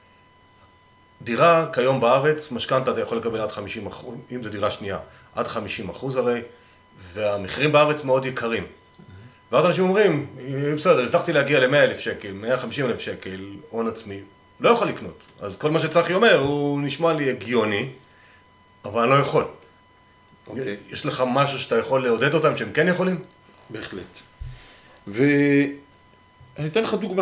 דירה כיום בארץ, משכנתא אתה יכול לקבל עד 50%, אם זו דירה שנייה, עד 50% הרי, והמחירים בארץ מאוד יקרים. ואז אנשים אומרים, בסדר, הצלחתי להגיע ל100,000 שקל, 150,000 שקל, הון עצמי, לא יכול לקנות. אז כל מה שצחי אומר, הוא נשמע לי הגיוני, אבל אני לא יכול. אוקיי. יש לך משהו שאתה יכול לעודד אותם שהם כן יכולים? בהחלט. ואני אתן לך דוגמה.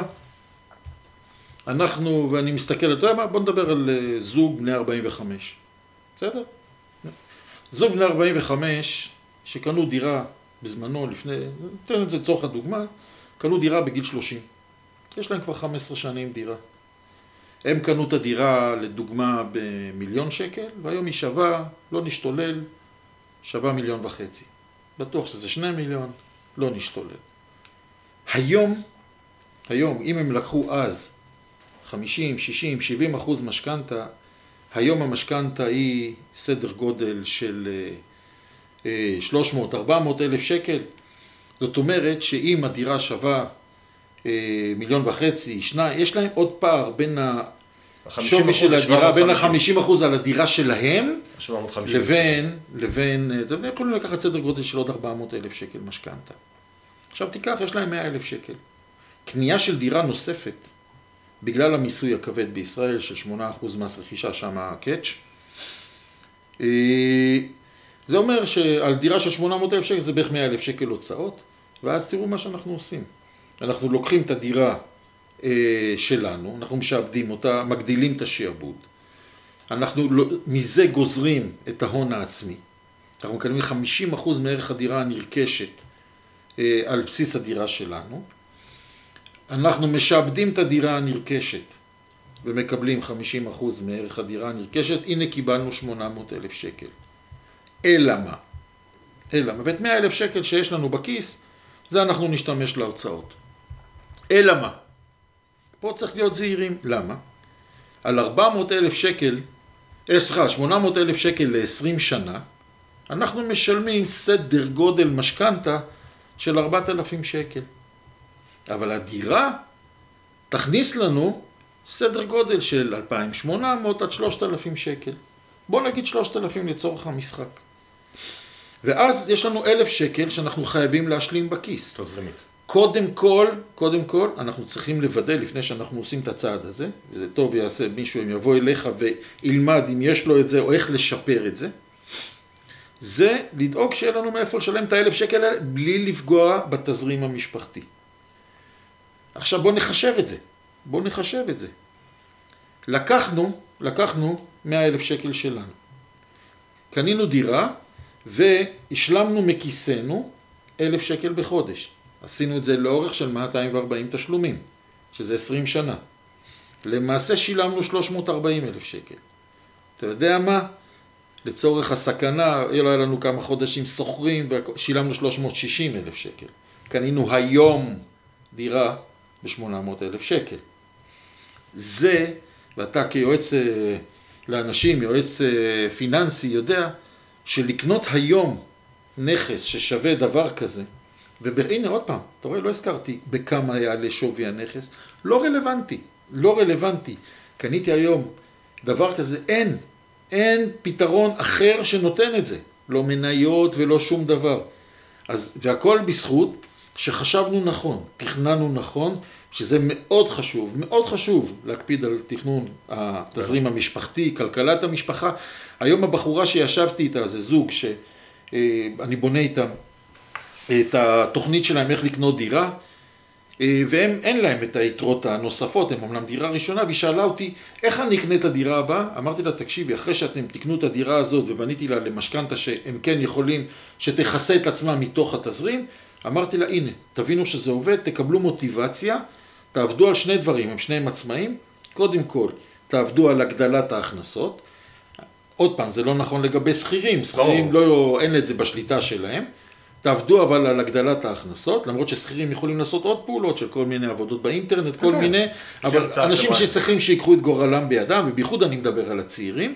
ואני מסתכל, אתה יודע מה? בוא נדבר על זוג בני 45. בסדר? זוג בני 45 שקנו דירה בזמנו, נתן את זה לצורך הדוגמה, קנו דירה בגיל 30. יש להם כבר 15 שנים דירה. הם קנו את הדירה לדוגמה ב1,000,000 שקל, והיום היא שווה, לא נשתולל, שווה 1,500,000. בטוח שזה 2 מיליון, לא נשתולל. היום, אם הם לקחו אז 50, 60, 70% משכנתא, היום המשכנתא היא סדר גודל של 300-400 אלף שקל. זאת אומרת שאם הדירה שווה 1,500,000, 2, יש להם עוד פער בין השווי של הדירה, בין ה-50% על הדירה שלהם, לבין, אתם יכולים לקחת סדר גודל של עוד 400,000 שקל משכנתא. עכשיו תיקח, יש להם 100,000 שקל. קנייה של דירה נוספת, בגלל המיסוי הכבד בישראל של 8% מס רכישה, שם הקאץ', זה אומר שעל דירה של 800,000 שקל זה בערך 100,000 שקל הוצאות, ואז תראו מה שאנחנו עושים. אנחנו לוקחים את הדירה שלנו, אנחנו משעבדים אותה, מגדילים את השעבוד. אנחנו מזה גוזרים את ההון העצמי. אנחנו מקבלים 50% מערך הדירה הנרכשת על בסיס הדירה שלנו. אנחנו משעבדים את הדירה הנרכשת ומקבלים 50% מערך הדירה הנרכשת. הנה קיבלנו 800,000 שקל. אלא מה? ואת 100,000 שקל שיש לנו בכיס, זה אנחנו נשתמש להוצאות. אלא מה? פה צריך להיות זהירים. למה? על 400,000 שקל, 800,000 שקל ל-20 שנה, אנחנו משלמים סדר גודל משכנתא של 4,000 שקל. אבל הדירה תכניס לנו סדר גודל של 2,800 עד 3,000 שקל. בוא נגיד 3,000 לצורך המשחק. ואז יש לנו 1,000 שקל שאנחנו חייבים להשלים בכיס. תזרימית. קודם כל, אנחנו צריכים לוודא לפני שאנחנו עושים את הצעד הזה, וזה טוב יעשה מישהו אם יבוא אליך וילמד אם יש לו את זה או איך לשפר את זה, זה לדאוג שיהיה לנו מאיפה לשלם את 1,000 שקל האלה בלי לפגוע בתזרים המשפחתי. עכשיו בוא נחשב את זה. לקחנו 100,000 שקל שלנו. קנינו דירה והשלמנו מכיסנו 1,000 שקל בחודש. עשינו את זה לאורך של 240 תשלומים, שזה 20 שנה. למעשה שילמנו 340,000 שקל. אתה יודע מה? לצורך הסכנה, היה לנו כמה חודשים סוחרים ושילמנו 360,000 שקל. קנינו היום דירה ב800,000 שקל. זה, ואתה כיועץ לאנשים, יועץ פיננסי, יודע שלקנות היום נכס ששווה דבר כזה, והנה עוד פעם, אתה רואה, לא הזכרתי בכמה היה לשווי הנכס, לא רלוונטי. קניתי היום דבר כזה, אין פתרון אחר שנותן את זה, לא מניות ולא שום דבר. והכל בזכות שחשבנו נכון, תכננו נכון, שזה מאוד חשוב להקפיד על תכנון התזרים המשפחתי, כלכלת המשפחה. היום הבחורה שישבתי איתה, זה זוג שאני בונה איתם את התוכנית שלהם איך לקנות דירה, והם אין להם את היתרות הנוספות, הם אמנם דירה ראשונה, והיא שאלה אותי, איך אני אקנה את הדירה הבאה? אמרתי לה, תקשיבי, אחרי שאתם תקנו את הדירה הזאת, ובניתי לה למשכנתא שהם כן יכולים, שתכסה את עצמם מתוך התזרים, אמרתי לה, הנה, תבינו שזה עובד, תקבלו מוטיבציה, תעבדו על שני דברים, הם שניהם עצמאים. קודם כל, תעבדו על הגדלת ההכנסות. עוד פעם, זה לא נכון לגבי שכירים, שכירים אין את זה בשליטה שלהם. תעבדו אבל על הגדלת ההכנסות, למרות ששכירים יכולים לעשות עוד פעולות של כל מיני עבודות באינטרנט, כל מיני, אבל אנשים שצריכים שיקחו את גורלם בידם, ובייחוד אני מדבר על הצעירים,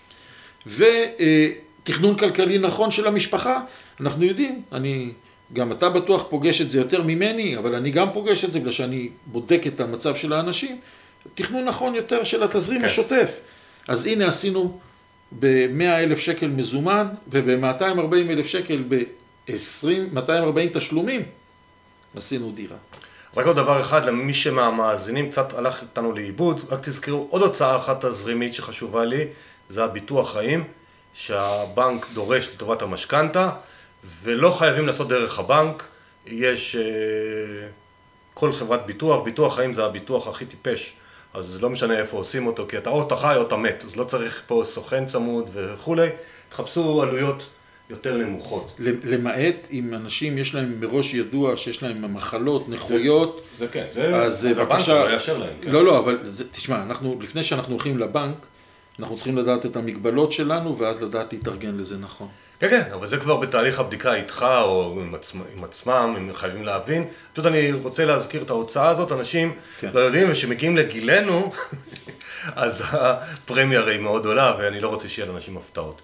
ותכנון כלכלי נכון של המשפחה, אנחנו יודעים, גם אתה בטוח פוגש את זה יותר ממני, אבל אני גם פוגש את זה בגלל שאני בודק את המצב של האנשים, תכנון נכון יותר של התזרים השוטף. אז הנה עשינו ב-100,000 שקל מזומן, וב-240,000 שקל 240 תשלומים, עשינו דירה. רק עוד דבר אחד, למי שמהמאזינים קצת הלך איתנו לאיבוד, רק תזכרו עוד הוצאה אחת תזרימית שחשובה לי, זה הביטוח חיים, שהבנק דורש לטובת המשכנתה, ולא חייבים לעשות דרך הבנק. יש כל חברת ביטוח חיים זה הביטוח הכי טיפש, אז לא משנה איפה עושים אותו, כי אתה או אתה חי או אתה מת, אז לא צריך פה סוכן צמוד וכו'. תחפשו עלויות יותר נמוכות. למעט אם אנשים יש להם מראש ידוע שיש להם מחלות, נכויות, זה כן, אז הבנק לא יאשר להם. לא, אבל תשמע, לפני שאנחנו הולכים לבנק, אנחנו צריכים לדעת את המגבלות שלנו, ואז לדעת להתארגן לזה נכון. כן, אבל זה כבר בתהליך הבדיקה איתך או עם עצמם, הם חייבים להבין. פשוט אני רוצה להזכיר את ההוצאה הזאת, אנשים לא יודעים, ושמגיעים לגילנו, אז הפרמיה הרי מאוד עולה, ואני לא רוצה שיהיה לאנשים הפתעות.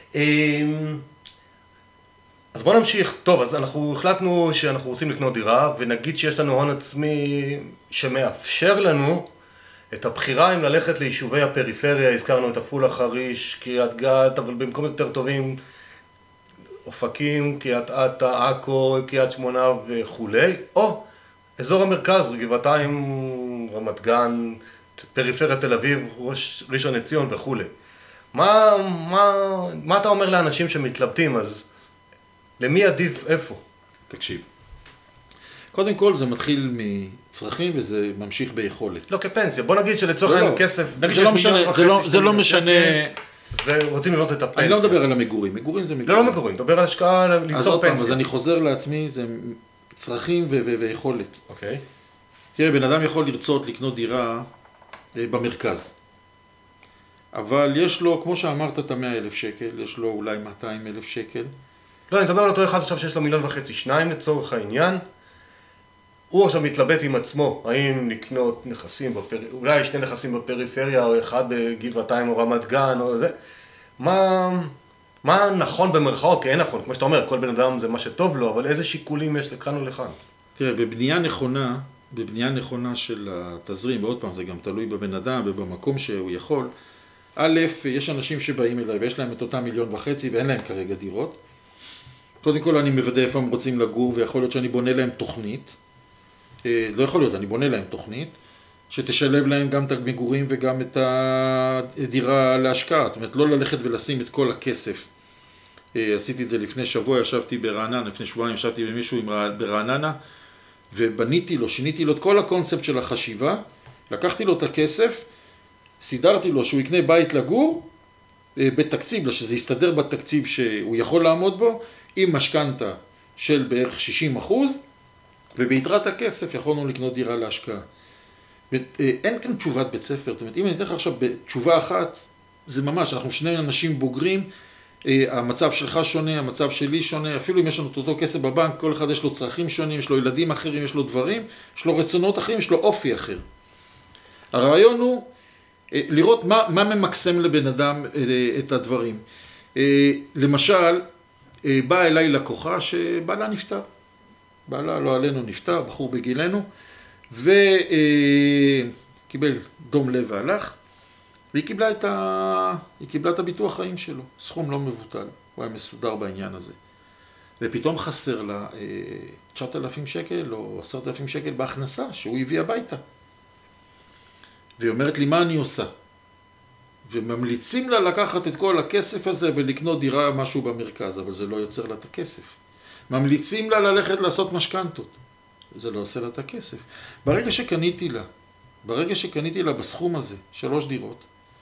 אז בואו נמשיך. טוב, אז אנחנו החלטנו שאנחנו רוצים לקנות דירה, ונגיד שיש לנו הון עצמי שמאפשר לנו את הבחירה אם ללכת ליישובי הפריפריה, הזכרנו את עפולה, חריש, קריית גת, אבל במקומות יותר טובים, אופקים, קריית אתא, עכו, קריית שמונה וכולי, או אזור המרכז, גבעתיים, רמת גן, פריפריה תל אביב, ראשון לציון וכולי. מה אתה אומר לאנשים שמתלבטים, אז למי עדיף איפה? תקשיב. קודם כל זה מתחיל מצרכים וזה ממשיך ביכולת. לא כפנסיה, בוא נגיד שלצורך העניין כסף, זה לא משנה. ורוצים לבנות את הפנסיה. אני לא מדבר על המגורים, מגורים זה מגורים. לא מגורים, מדבר על השקעה ליצור פנסיה. אז אני חוזר לעצמי, זה צרכים ויכולת. אוקיי. תראה, בן אדם יכול לרצות לקנות דירה במרכז. אבל יש לו, כמו שאמרת, את 100,000 שקל, יש לו אולי 200,000 שקל. לא, אני מדבר על אותו אחד עכשיו שיש לו 1.5 מיליון, 2 לצורך העניין. הוא עכשיו מתלבט עם עצמו, האם לקנות נכסים אולי 2 נכסים בפריפריה, או אחד בגבעתיים או רמת גן, או זה. מה נכון במרכאות? כי אין נכון, כמו שאתה אומר, כל בן אדם זה מה שטוב לו, אבל איזה שיקולים יש לכאן ולכאן? תראה, בבנייה נכונה של התזרים, ועוד פעם, זה גם תלוי בבן אדם ובמקום שהוא יכול. א', יש אנשים שבאים אליי ויש להם את אותם 1.5 מיליון ואין להם כרגע דירות. קודם כל אני מוודא איפה הם רוצים לגור, ויכול להיות שאני בונה להם תוכנית. לא יכול להיות, אני בונה להם תוכנית, שתשלב להם גם את המגורים וגם את הדירה להשקעה. זאת אומרת, לא ללכת ולשים את כל הכסף. עשיתי את זה לפני שבוע, ישבתי ברעננה, לפני שבועיים ישבתי במישהו ברעננה, ובניתי לו, שיניתי לו את כל הקונספט של החשיבה, לקחתי לו את הכסף, סידרתי לו שהוא יקנה בית לגור, בתקציב, שזה יסתדר בתקציב שהוא יכול לעמוד בו, עם משכנתה של בערך 60%, וביתרת הכסף יכולנו לקנות דירה להשקעה. אין כאן תשובת בית ספר, זאת אומרת, אם אני אתן לך עכשיו בתשובה אחת, זה ממש, אנחנו שני אנשים בוגרים, המצב שלך שונה, המצב שלי שונה, אפילו אם יש לנו את אותו כסף בבנק, כל אחד יש לו צרכים שונים, יש לו ילדים אחרים, יש לו דברים, יש לו רצונות אחרים, יש לו אופי אחר. הרעיון הוא לראות מה ממקסם לבן אדם את הדברים. למשל, באה אליי לקוחה שבעלה נפטר. בעלה לא עלינו נפטר, בחור בגילנו, וקיבל דום לב והלך, והיא קיבלה את הביטוח חיים שלו, סכום לא מבוטל, הוא היה מסודר בעניין הזה. ופתאום חסר לה 9,000 שקל או 10,000 שקל בהכנסה שהוא הביא הביתה. והיא אומרת לי, מה אני עושה? וממליצים לה לקחת את כל הכסף הזה ולקנות דירה משהו במרכז, אבל זה לא יוצר לה את הכסף. ממליצים לה ללכת לעשות משכנתות, זה לא עושה לה את הכסף. ברגע שקניתי לה בסכום הזה 3 דירות,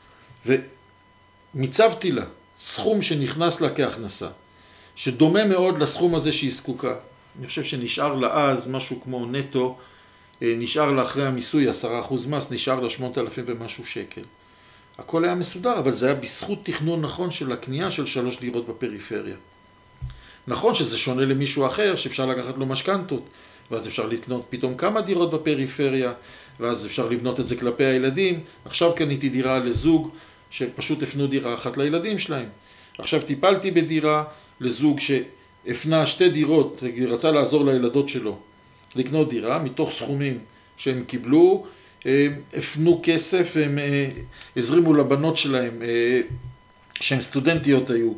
ומיצבתי לה סכום שנכנס לה כהכנסה, שדומה מאוד לסכום הזה שהיא זקוקה, אני חושב שנשאר לה אז משהו כמו נטו נשאר לה אחרי המיסוי 10% מס, נשאר לה 8,000 ומשהו שקל. הכל היה מסודר, אבל זה היה בזכות תכנון נכון של הקנייה של 3 דירות בפריפריה. נכון שזה שונה למישהו אחר, שאפשר לקחת לו משכנתות, ואז אפשר לקנות פתאום כמה דירות בפריפריה, ואז אפשר לבנות את זה כלפי הילדים. עכשיו קניתי דירה לזוג שפשוט הפנו דירה אחת לילדים שלהם. עכשיו טיפלתי בדירה לזוג שהפנה 2 דירות, רצה לעזור לילדות שלו לקנות דירה, מתוך סכומים שהם קיבלו, הפנו כסף, הם הזרימו לבנות שלהם, שהן סטודנטיות היו,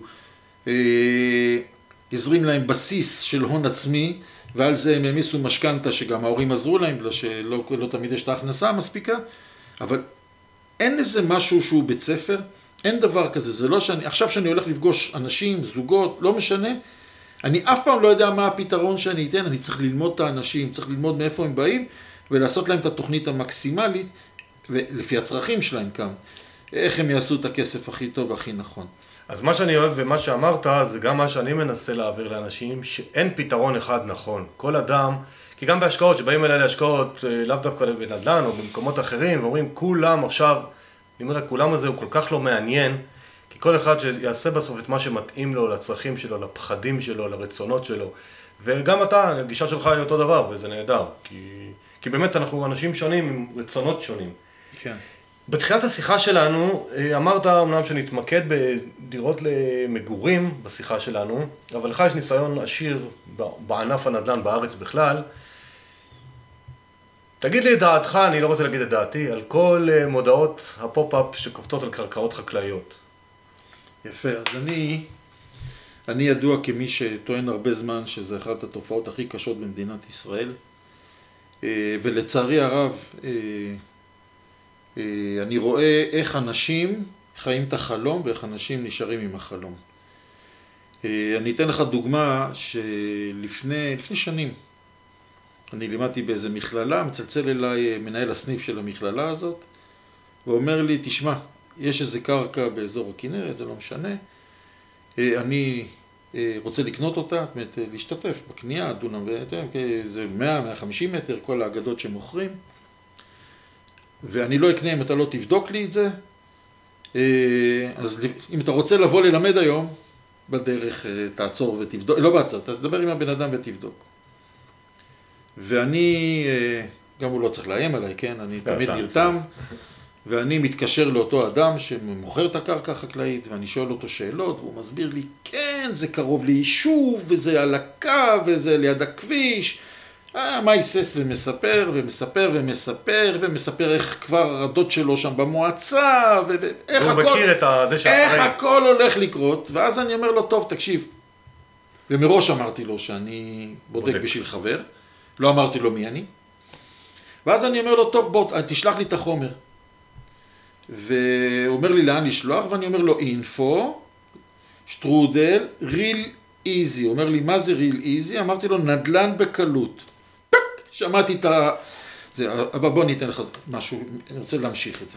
הזרים להם בסיס של הון עצמי, ועל זה הם העמיסו משכנתה שגם ההורים עזרו להם, בגלל שלא תמיד יש את ההכנסה המספיקה, אבל אין איזה משהו שהוא בית ספר, אין דבר כזה, זה לא שאני, עכשיו שאני הולך לפגוש אנשים, זוגות, לא משנה, אני אף פעם לא יודע מה הפתרון שאני אתן, אני צריך ללמוד את האנשים, צריך ללמוד מאיפה הם באים, ולעשות להם את התוכנית המקסימלית, ולפי הצרכים שלהם כאן, איך הם יעשו את הכסף הכי טוב והכי נכון. אז מה שאני אוהב ומה שאמרת, זה גם מה שאני מנסה להעביר לאנשים, שאין פתרון אחד נכון. כל אדם, כי גם בהשקעות, שבאים אליי להשקעות, לאו דווקא בנדל"ן או במקומות אחרים, ואומרים, כולם עכשיו, אני אומר, כולם הזה הוא כל כך לא מעניין, כי כל אחד שיעשה בסוף את מה שמתאים לו, לצרכים שלו, לפחדים שלו, לרצונות שלו. וגם אתה, הגישה שלך היא אותו דבר, וזה נהדר. כי באמת אנחנו אנשים שונים עם רצונות שונים. כן. בתחילת השיחה שלנו, אמרת אמנם שנתמקד בדירות למגורים בשיחה שלנו, אבל לך יש ניסיון עשיר בענף הנדל"ן בארץ בכלל. תגיד לי את דעתך, אני לא רוצה להגיד את דעתי, על כל מודעות הפופ-אפ שקופצות על קרקעות חקלאיות. יפה, אז אני ידוע כמי שטוען הרבה זמן שזה אחת התופעות הכי קשות במדינת ישראל, ולצערי הרב, אני רואה איך אנשים חיים את החלום ואיך אנשים נשארים עם החלום. אני אתן לך דוגמה שלפני שנים אני לימדתי באיזה מכללה, מצלצל אליי מנהל הסניף של המכללה הזאת ואומר לי, תשמע, יש איזה קרקע באזור הכנרת, זה לא משנה, אני רוצה לקנות אותה, זאת אומרת, להשתתף בקנייה, דונם, זה 100-150 מטר, כל האגדות שמוכרים, ואני לא אקנה אם אתה לא תבדוק לי את זה. אז אם אתה רוצה לבוא ללמד היום, בדרך תעצור ותבדוק, לא בעצור, תדבר עם הבן אדם ותבדוק. ואני, גם הוא לא צריך לאיים עליי, כן? אני תמיד נרתם, ואני מתקשר לאותו אדם שמוכר את הקרקע החקלאית, ואני שואל אותו שאלות, והוא מסביר לי, כן, זה קרוב ליישוב, וזה על הקו, וזה ליד הכביש, מה היסס ומספר, ומספר, ומספר, ומספר איך כבר הדוד שלו שם במועצה, ואיך הכל, מכיר את זה שאחרי. איך הכל הולך לקרות, ואז אני אומר לו, טוב, תקשיב. ומראש אמרתי לו שאני בודק בשביל חבר, לא אמרתי לו מי אני, ואז אני אומר לו, טוב, בוא, תשלח לי את החומר. והוא אומר לי לאן לשלוח, ואני אומר לו, אינפו, שטרודל, ריל איזי. הוא אומר לי, מה זה ריל איזי? אמרתי לו, נדל"ן בקלות. פק! שמעתי את ה... אבל בוא ניתן לך משהו, אני רוצה להמשיך את זה.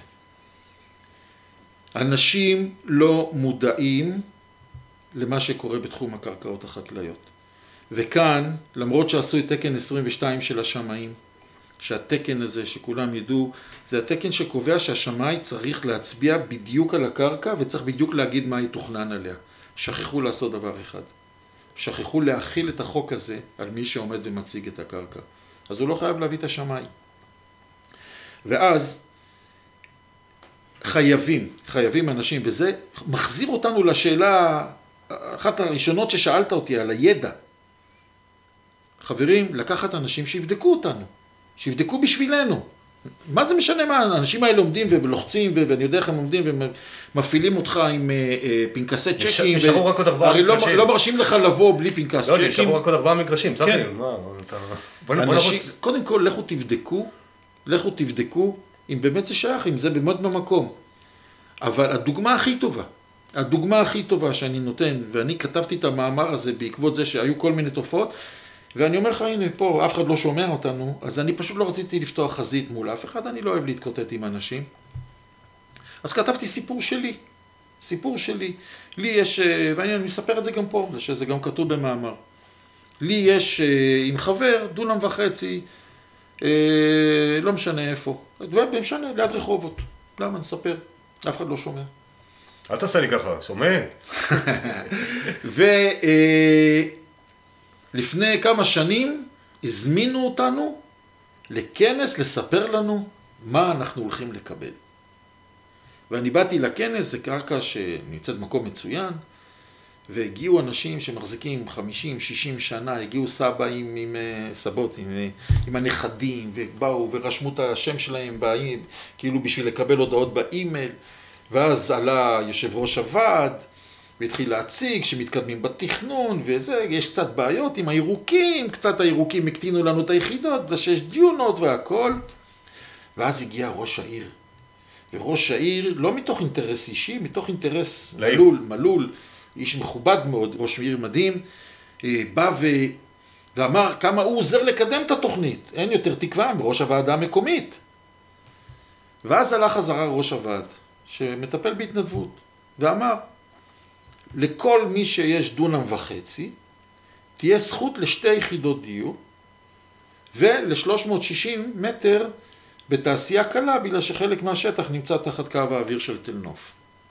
אנשים לא מודעים למה שקורה בתחום הקרקעות החקלאיות. וכאן, למרות שעשו את תקן 22 של השמאים, שהתקן הזה שכולם ידעו, זה התקן שקובע שהשמאי צריך להצביע בדיוק על הקרקע וצריך בדיוק להגיד מה יתוכנן עליה. שכחו לעשות דבר אחד. שכחו להכיל את החוק הזה על מי שעומד ומציג את הקרקע. אז הוא לא חייב להביא את השמאי. ואז חייבים אנשים, וזה מחזיר אותנו לשאלה, אחת הראשונות ששאלת אותי על הידע. חברים, לקחת אנשים שיבדקו אותנו. שיבדקו בשבילנו. מה זה משנה מה? האנשים האלה עומדים ולוחצים, ואני יודע איך הם עומדים ומפעילים אותך עם פנקסי צ'קים. נשארו רק עוד 4 מגרשים. הרי לא מרשים לך לבוא בלי פנקס צ'קים. לא, נשארו רק עוד 4 מגרשים, צחי. קודם כל, לכו תבדקו אם באמת זה שייך, אם זה באמת במקום. אבל הדוגמה הכי טובה שאני נותן, ואני כתבתי את המאמר הזה בעקבות זה שהיו כל מיני תופעות, ואני אומר לך, הנה, פה אף אחד לא שומע אותנו, אז אני פשוט לא רציתי לפתוח חזית מול אף אחד, אני לא אוהב להתקוטט עם אנשים. אז כתבתי סיפור שלי. לי יש, ואני מספר את זה גם פה, שזה גם כתוב במאמר. לי יש עם חבר 1.5 דונם, לא משנה איפה. משנה, ליד רחובות. למה? נספר. אף אחד לא שומע. אל תעשה לי ככה, שומע? ולפני כמה שנים הזמינו אותנו לכנס לספר לנו מה אנחנו הולכים לקבל. ואני באתי לכנס, זה קרקע שנמצאת מקום מצוין, והגיעו אנשים שמחזיקים 50, 60 שנה, הגיעו סבאים עם סבות, עם הנכדים, ובאו ורשמו את השם שלהם, כאילו בשביל לקבל הודעות באימייל, ואז עלה יושב ראש הוועד, והתחיל להציג שמתקדמים בתכנון, וזה, יש קצת בעיות עם הירוקים, קצת הירוקים הקטינו לנו את היחידות, שיש דיונות והכל, ואז הגיע ראש העיר. וראש העיר, לא מתוך אינטרס אישי, מתוך אינטרס מלול, איש מכובד מאוד, ראש עיר מדהים, בא ואמר כמה הוא עוזר לקדם את התוכנית. אין יותר תקווה מראש הוועדה המקומית. ואז הלך חזרה ראש הוועד, שמטפל בהתנדבות, ואמר, לכל מי שיש דונם וחצי, תהיה זכות לשתי יחידות דיור, ול-360 מטר בתעשייה קלה, בגלל שחלק מהשטח נמצא תחת קו האוויר של תל נוף.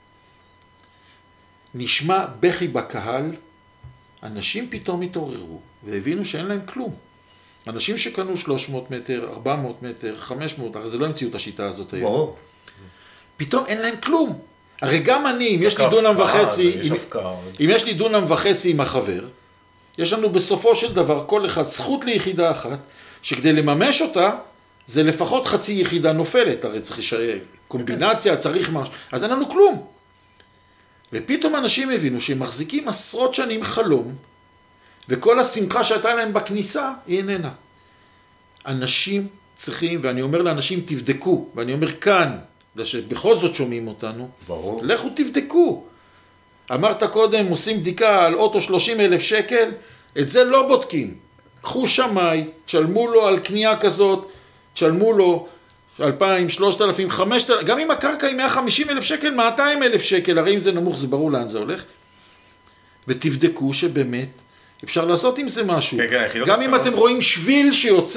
נשמע בכי בקהל, אנשים פתאום התעוררו, והבינו שאין להם כלום. אנשים שקנו 300 מטר, 400 מטר, 500, הרי זה לא המציאו את השיטה הזאת היום. ברור. פתאום אין להם כלום. הרי גם אני, אם יש לי דונם וחצי, אם יש לי דונם וחצי עם החבר, יש לנו בסופו של דבר כל אחד זכות ליחידה אחת, שכדי לממש אותה, זה לפחות חצי יחידה נופלת, הרי צריך קומבינציה, צריך משהו, אז אין לנו כלום. ופתאום אנשים הבינו שהם מחזיקים עשרות שנים חלום, וכל השמחה שהייתה להם בכניסה היא איננה. אנשים צריכים, ואני אומר לאנשים תבדקו, ואני אומר כאן, שבכל זאת שומעים אותנו, ברור. לכו תבדקו. אמרת קודם, עושים בדיקה על אוטו 30,000 שקל, את זה לא בודקים. קחו שמאי, תשלמו לו על קנייה כזאת, תשלמו לו 2,000, 3,000, 5,000, גם אם הקרקע היא 150,000 שקל, 200,000 שקל, הרי אם זה נמוך זה ברור לאן זה הולך. ותבדקו שבאמת אפשר לעשות עם זה משהו. גם אם אתם רואים שביל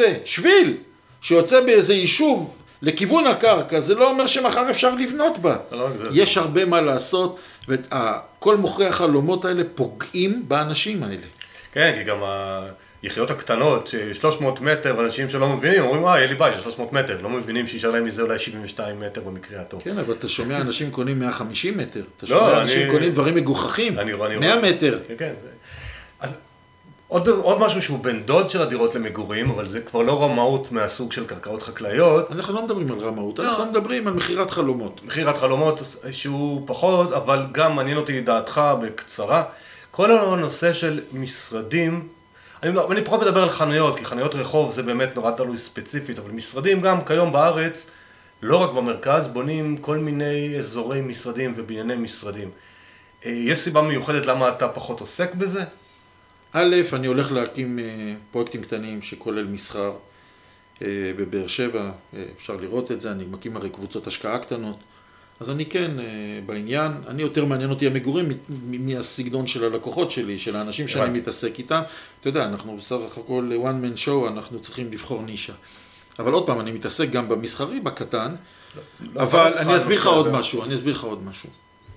שיוצא באיזה יישוב לכיוון הקרקע, זה לא אומר שמחר אפשר לבנות בה. יש הרבה מה לעשות, וכל מוכרי החלומות האלה פוגעים באנשים האלה. כן, כי גם היחידות הקטנות, 300 מטר, אנשים שלא מבינים, אומרים, יהיה לי בית של 300 מטר, לא מבינים שישאר להם מזה אולי 72 מטר במקרה הטוב. כן, אבל אתה שומע אנשים קונים 150 מטר, אתה שומע אנשים קונים דברים מגוחכים, 100 מטר. כן, כן. אז עוד משהו שהוא בן דוד של הדירות למגורים, אבל זה כבר לא רמאות מהסוג של קרקעות חקלאיות. אנחנו לא מדברים על רמאות, אנחנו מדברים על מחירת חלומות. מחירת חלומות שהוא פחות, אבל גם מעניין אותי דעתך בקצרה. כל הנושא של משרדים, אני פחות מדבר על חנויות, כי חנויות רחוב זה באמת נורא תלוי ספציפית, אבל משרדים גם כיום בארץ, לא רק במרכז, בונים כל מיני אזורי משרדים ובנייני משרדים. יש סיבה מיוחדת למה אתה פחות עוסק בזה? א', אני הולך להקים פרויקטים קטנים שכולל מסחר בבאר שבע, אפשר לראות את זה, אני מקים הרי קבוצות השקעה קטנות, אז אני כן בעניין, אני יותר מעניין אותי המגורים מהסגנון של הלקוחות שלי, של האנשים שאני מתעסק איתם, אתה יודע, אנחנו בסך הכל one man show, אנחנו צריכים לבחור נישה. אבל עוד פעם, אני מתעסק גם במסחרי, בקטן, אבל אני אסביר לך עוד משהו,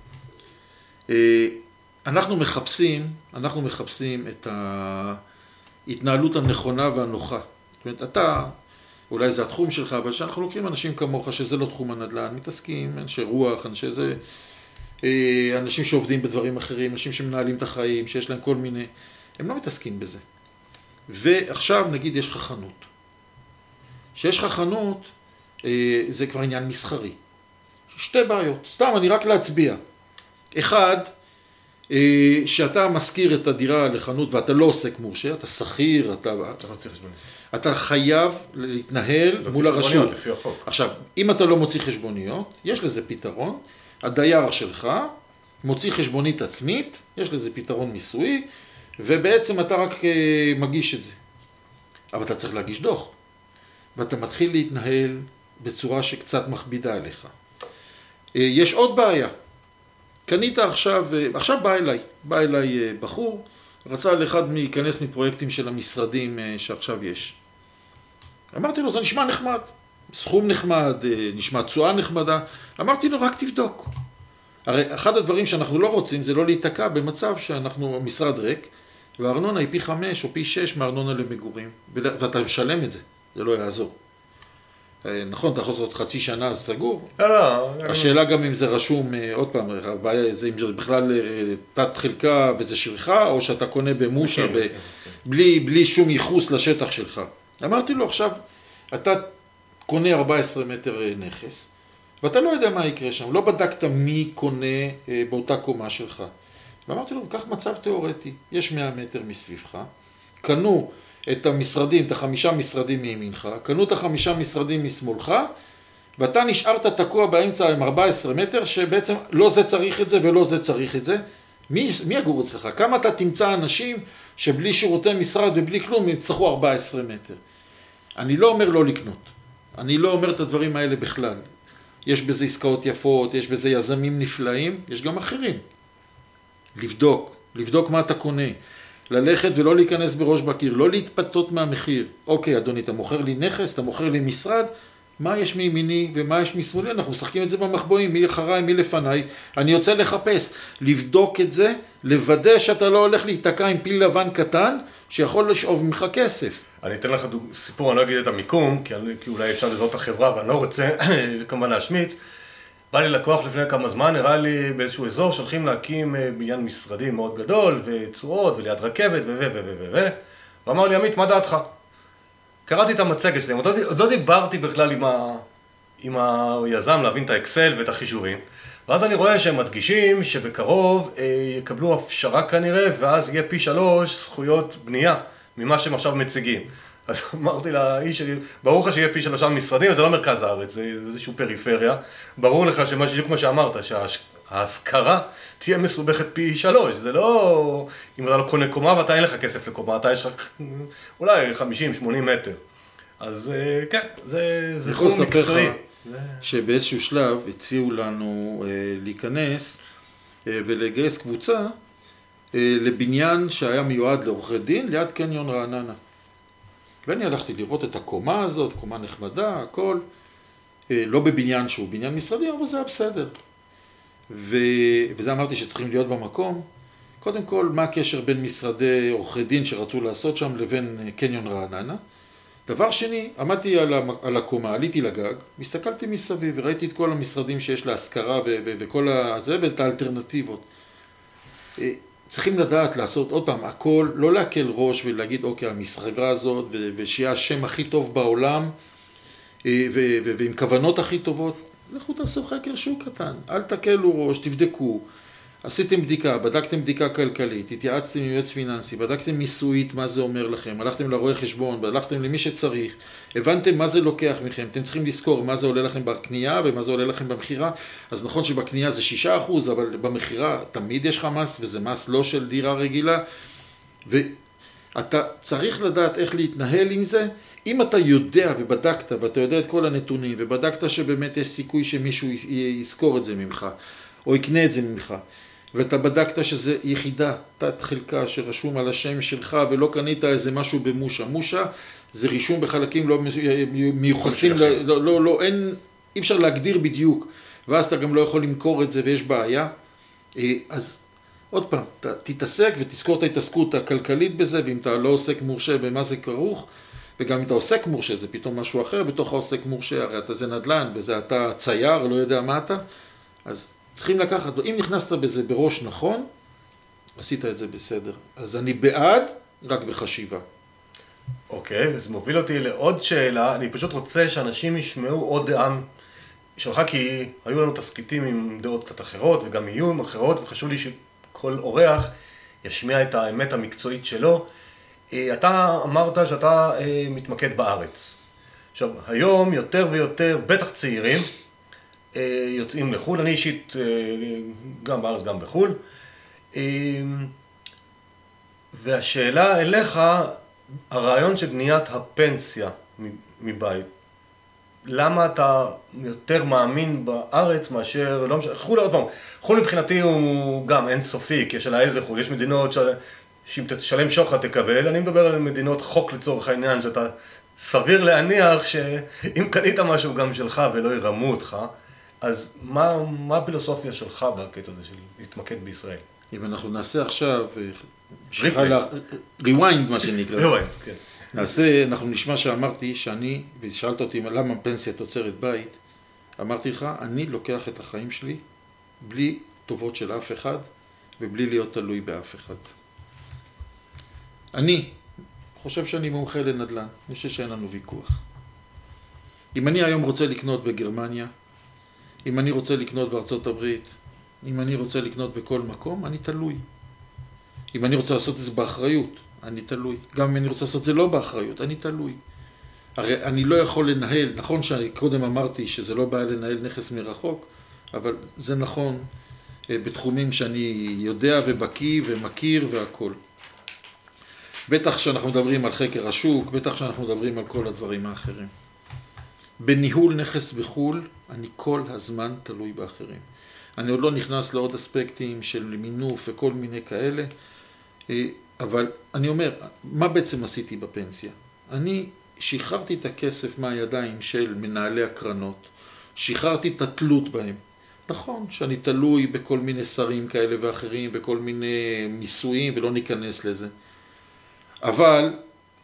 אנחנו מחפשים את ההתנהלות הנכונה והנוחה. זאת אומרת, אתה, אולי זה התחום שלך, אבל שאנחנו לוקחים אנשים כמוך, שזה לא תחום הנדל"ן, מתעסקים, אנשי רוח, אנשים שעובדים בדברים אחרים, אנשים שמנהלים את החיים, שיש להם כל מיני, הם לא מתעסקים בזה. ועכשיו נגיד יש לך חנות. שיש לך חנות, זה כבר עניין מסחרי. שתי בעיות, סתם אני רק להצביע. אחד, שאתה מזכיר את הדירה לחנות ואתה לא עוסק מורשה, אתה שכיר, אתה חייב להתנהל מול הרשות. עכשיו, אם אתה לא מוציא חשבוניות, יש לזה פתרון, הדייר שלך מוציא חשבונית עצמית, יש לזה פתרון מיסוי, ובעצם אתה רק מגיש את זה. אבל אתה צריך להגיש דוח, ואתה מתחיל להתנהל בצורה שקצת מכבידה עליך. יש עוד בעיה. קנית עכשיו בא אליי בחור, רצה לאחד להיכנס מפרויקטים של המשרדים שעכשיו יש. אמרתי לו, זה נשמע נחמד, סכום נחמד, נשמע תשואה נחמדה. אמרתי לו, רק תבדוק. הרי אחד הדברים שאנחנו לא רוצים זה לא להיתקע במצב שאנחנו משרד ריק, והארנונה היא פי 5 או פי 6 מארנונה למגורים, ואתה משלם את זה, זה לא יעזור. נכון, אתה יכול לעשות חצי שנה, אז סגור. לא. השאלה גם אם זה רשום, עוד פעם, הבעיה זה אם זה בכלל תת חלקה וזה שלך, או שאתה קונה במושה, בלי שום ייחוס לשטח שלך. אמרתי לו, עכשיו, אתה קונה 14 מטר נכס, ואתה לא יודע מה יקרה שם, לא בדקת מי קונה באותה קומה שלך. ואמרתי לו, קח מצב תיאורטי, יש 100 מטר מסביבך, קנו את המשרדים, את 5 משרדים מימינך, קנו את 5 משרדים משמאלך, ואתה נשארת תקוע באמצע עם 14 מטר, שבעצם לא זה צריך את זה ולא זה צריך את זה. מי יגור אצלך? כמה אתה תמצא אנשים שבלי שירותי משרד ובלי כלום יצטרכו 14 מטר? אני לא אומר לא לקנות. אני לא אומר את הדברים האלה בכלל. יש בזה עסקאות יפות, יש בזה יזמים נפלאים, יש גם אחרים. לבדוק מה אתה קונה. ללכת ולא להיכנס בראש בקיר, לא להתפתות מהמחיר. אוקיי, אדוני, אתה מוכר לי נכס, אתה מוכר לי משרד, מה יש מימיני ומה יש משמאלי? אנחנו משחקים את זה במחבואים, מי אחריי, מי לפניי. אני יוצא לחפש, לבדוק את זה, לוודא שאתה לא הולך להתקע עם פיל לבן קטן, שיכול לשאוב ממך כסף. אני אתן לך סיפור, אני לא אגיד את המיקום, כי אולי אפשר לזהות את החברה, ואני לא רוצה כמובן להשמיץ. בא לי לקוח לפני כמה זמן, הראה לי באיזשהו אזור שהולכים להקים בניין משרדי מאוד גדול, וצורות, וליד רכבת, ואמר לי, עמית, מה דעתך? קראתי את המצגת שלהם, עוד לא דיברתי בכלל עם היזם להבין את האקסל ואת החישובים, ואז אני רואה שהם מדגישים שבקרוב יקבלו הפשרה כנראה, ואז יהיה פי 3 זכויות בנייה ממה שהם עכשיו מציגים. אז אמרתי לאיש שלי, ברור לך שיהיה פי 3 משרדים, זה לא מרכז הארץ, זה איזושהי פריפריה. ברור לך שבדיוק כמו שאמרת, שההשכרה תהיה מסובכת פי 3. זה לא, אם אתה לא קונה קומה ואתה אין לך כסף לקומה, אתה יש לך אולי 50-80 מטר. אז כן, זה תחום מקצועי. שבאיזשהו שלב הציעו לנו להיכנס ולגייס קבוצה לבניין שהיה מיועד לעורכי דין ליד קניון רעננה. ואני הלכתי לראות את הקומה הזאת, קומה נחמדה, הכל, לא בבניין שהוא בניין משרדי, אבל זה היה בסדר. וזה אמרתי שצריכים להיות במקום. קודם כל, מה הקשר בין משרדי עורכי דין שרצו לעשות שם לבין קניון רעננה? דבר שני, עמדתי על הקומה, עליתי לגג, הסתכלתי מסביב וראיתי את כל המשרדים שיש להשכרה וכל זה ואת האלטרנטיבות. צריכים לדעת לעשות עוד פעם הכל, לא להקל ראש ולהגיד אוקיי, המסחרה הזאת ושיהיה השם הכי טוב בעולם ועם כוונות הכי טובות, לכו תעשו חקר שוק קטן, אל תקלו ראש, תבדקו, עשיתם בדיקה, בדקתם בדיקה כלכלית, התייעצתם עם יועץ פיננסי, בדקתם מיסויית מה זה אומר לכם, הלכתם לרואה חשבון, הלכתם למי שצריך, הבנתם מה זה לוקח מכם, אתם צריכים לזכור מה זה עולה לכם בקנייה ומה זה עולה לכם במחירה. אז נכון שבקנייה זה 6%, אבל במחירה תמיד יש לך מס, וזה מס לא של דירה רגילה, ואתה צריך לדעת איך להתנהל עם זה. אם אתה יודע ובדקת ואתה יודע את כל הנתונים ובדקת שבאמת יש סיכוי שמישהו יזכור את זה ממך או יקנה את זה ממך, ואתה בדקת שזה יחידה, תת חלקה שרשום על השם שלך ולא קנית איזה משהו במושה. מושה זה רישום בחלקים לא מיוחסים, אי אפשר להגדיר בדיוק, ואז אתה גם לא יכול למכור את זה ויש בעיה. אז עוד פעם, תתעסק ותזכור את ההתעסקות הכלכלית בזה, ואם אתה לא עוסק מורשה במה זה כרוך, וגם אם אתה עוסק מורשה זה פתאום משהו אחר בתוך העוסק מורשה, הרי אתה זה נדל"ן וזה אתה צייר, לא יודע מה אתה, אז צריכים לקחת, אם נכנסת בזה בראש נכון, עשית את זה בסדר. אז אני בעד, רק בחשיבה. אוקיי, זה מוביל אותי לעוד שאלה. אני פשוט רוצה שאנשים ישמעו עוד דעה שלך, כי היו לנו תסקיטים עם דעות קצת אחרות, וגם יהיו אחרות, וחשוב לי שכל אורח ישמיע את האמת המקצועית שלו. אתה אמרת שאתה מתמקד בארץ. עכשיו, היום יותר ויותר, בטח צעירים, יוצאים לחול, אני אישית גם בארץ גם בחול, והשאלה אליך, הרעיון של בניית הפנסיה מבית, למה אתה יותר מאמין בארץ מאשר, לא משנה, חול עוד פעם, חול מבחינתי הוא גם אינסופי, כי יש עלה איזה חול, יש מדינות שאם תשלם שוחד תקבל, אני מדבר על מדינות חוק לצורך העניין, שאתה סביר להניח שאם קנית משהו גם שלך ולא ירמו אותך, אז מה הפילוסופיה שלך בקטע הזה של להתמקד בישראל? אם אנחנו נעשה עכשיו, rewind מה שנקרא. rewind, כן. אנחנו נשמע שאמרתי שאני, ושאלת אותי למה פנסיה תוצרת בית, אמרתי לך, אני לוקח את החיים שלי בלי טובות של אף אחד ובלי להיות תלוי באף אחד. אני חושב שאני מומחה לנדל"ן, אני חושב שאין לנו ויכוח. אם אני היום רוצה לקנות בגרמניה, אם אני רוצה לקנות בארצות הברית, אם אני רוצה לקנות בכל מקום, אני תלוי. אם אני רוצה לעשות את זה באחריות, אני תלוי. גם אם אני רוצה לעשות את זה לא באחריות, אני תלוי. הרי אני לא יכול לנהל, נכון שקודם אמרתי שזה לא בעיה לנהל נכס מרחוק, אבל זה נכון בתחומים שאני יודע ובקיא ומכיר והכל. בטח שאנחנו מדברים על חקר השוק, בטח שאנחנו מדברים על כל הדברים האחרים. בניהול נכס בחול, אני כל הזמן תלוי באחרים. אני עוד לא נכנס לעוד אספקטים של מינוף וכל מיני כאלה, אבל אני אומר, מה בעצם עשיתי בפנסיה? אני שחררתי את הכסף מהידיים של מנהלי הקרנות, שחררתי את התלות בהם. נכון שאני תלוי בכל מיני שרים כאלה ואחרים וכל מיני מיסויים ולא ניכנס לזה. אבל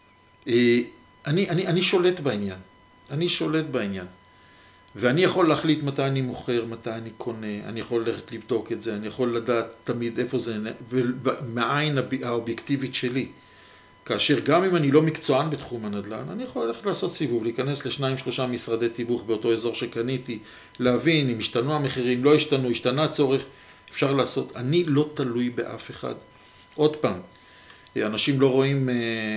אני שולט בעניין. אני שולט בעניין. ואני יכול להחליט מתי אני מוכר, מתי אני קונה, אני יכול ללכת לבדוק את זה, אני יכול לדעת תמיד איפה זה, ומהעין האובייקטיבית שלי. כאשר גם אם אני לא מקצוען בתחום הנדל"ן, אני יכול ללכת לעשות סיבוב, להיכנס ל2-3 משרדי תיווך באותו אזור שקניתי, להבין אם השתנו המחירים, לא השתנו, השתנה הצורך, אפשר לעשות. אני לא תלוי באף אחד. עוד פעם, אנשים לא רואים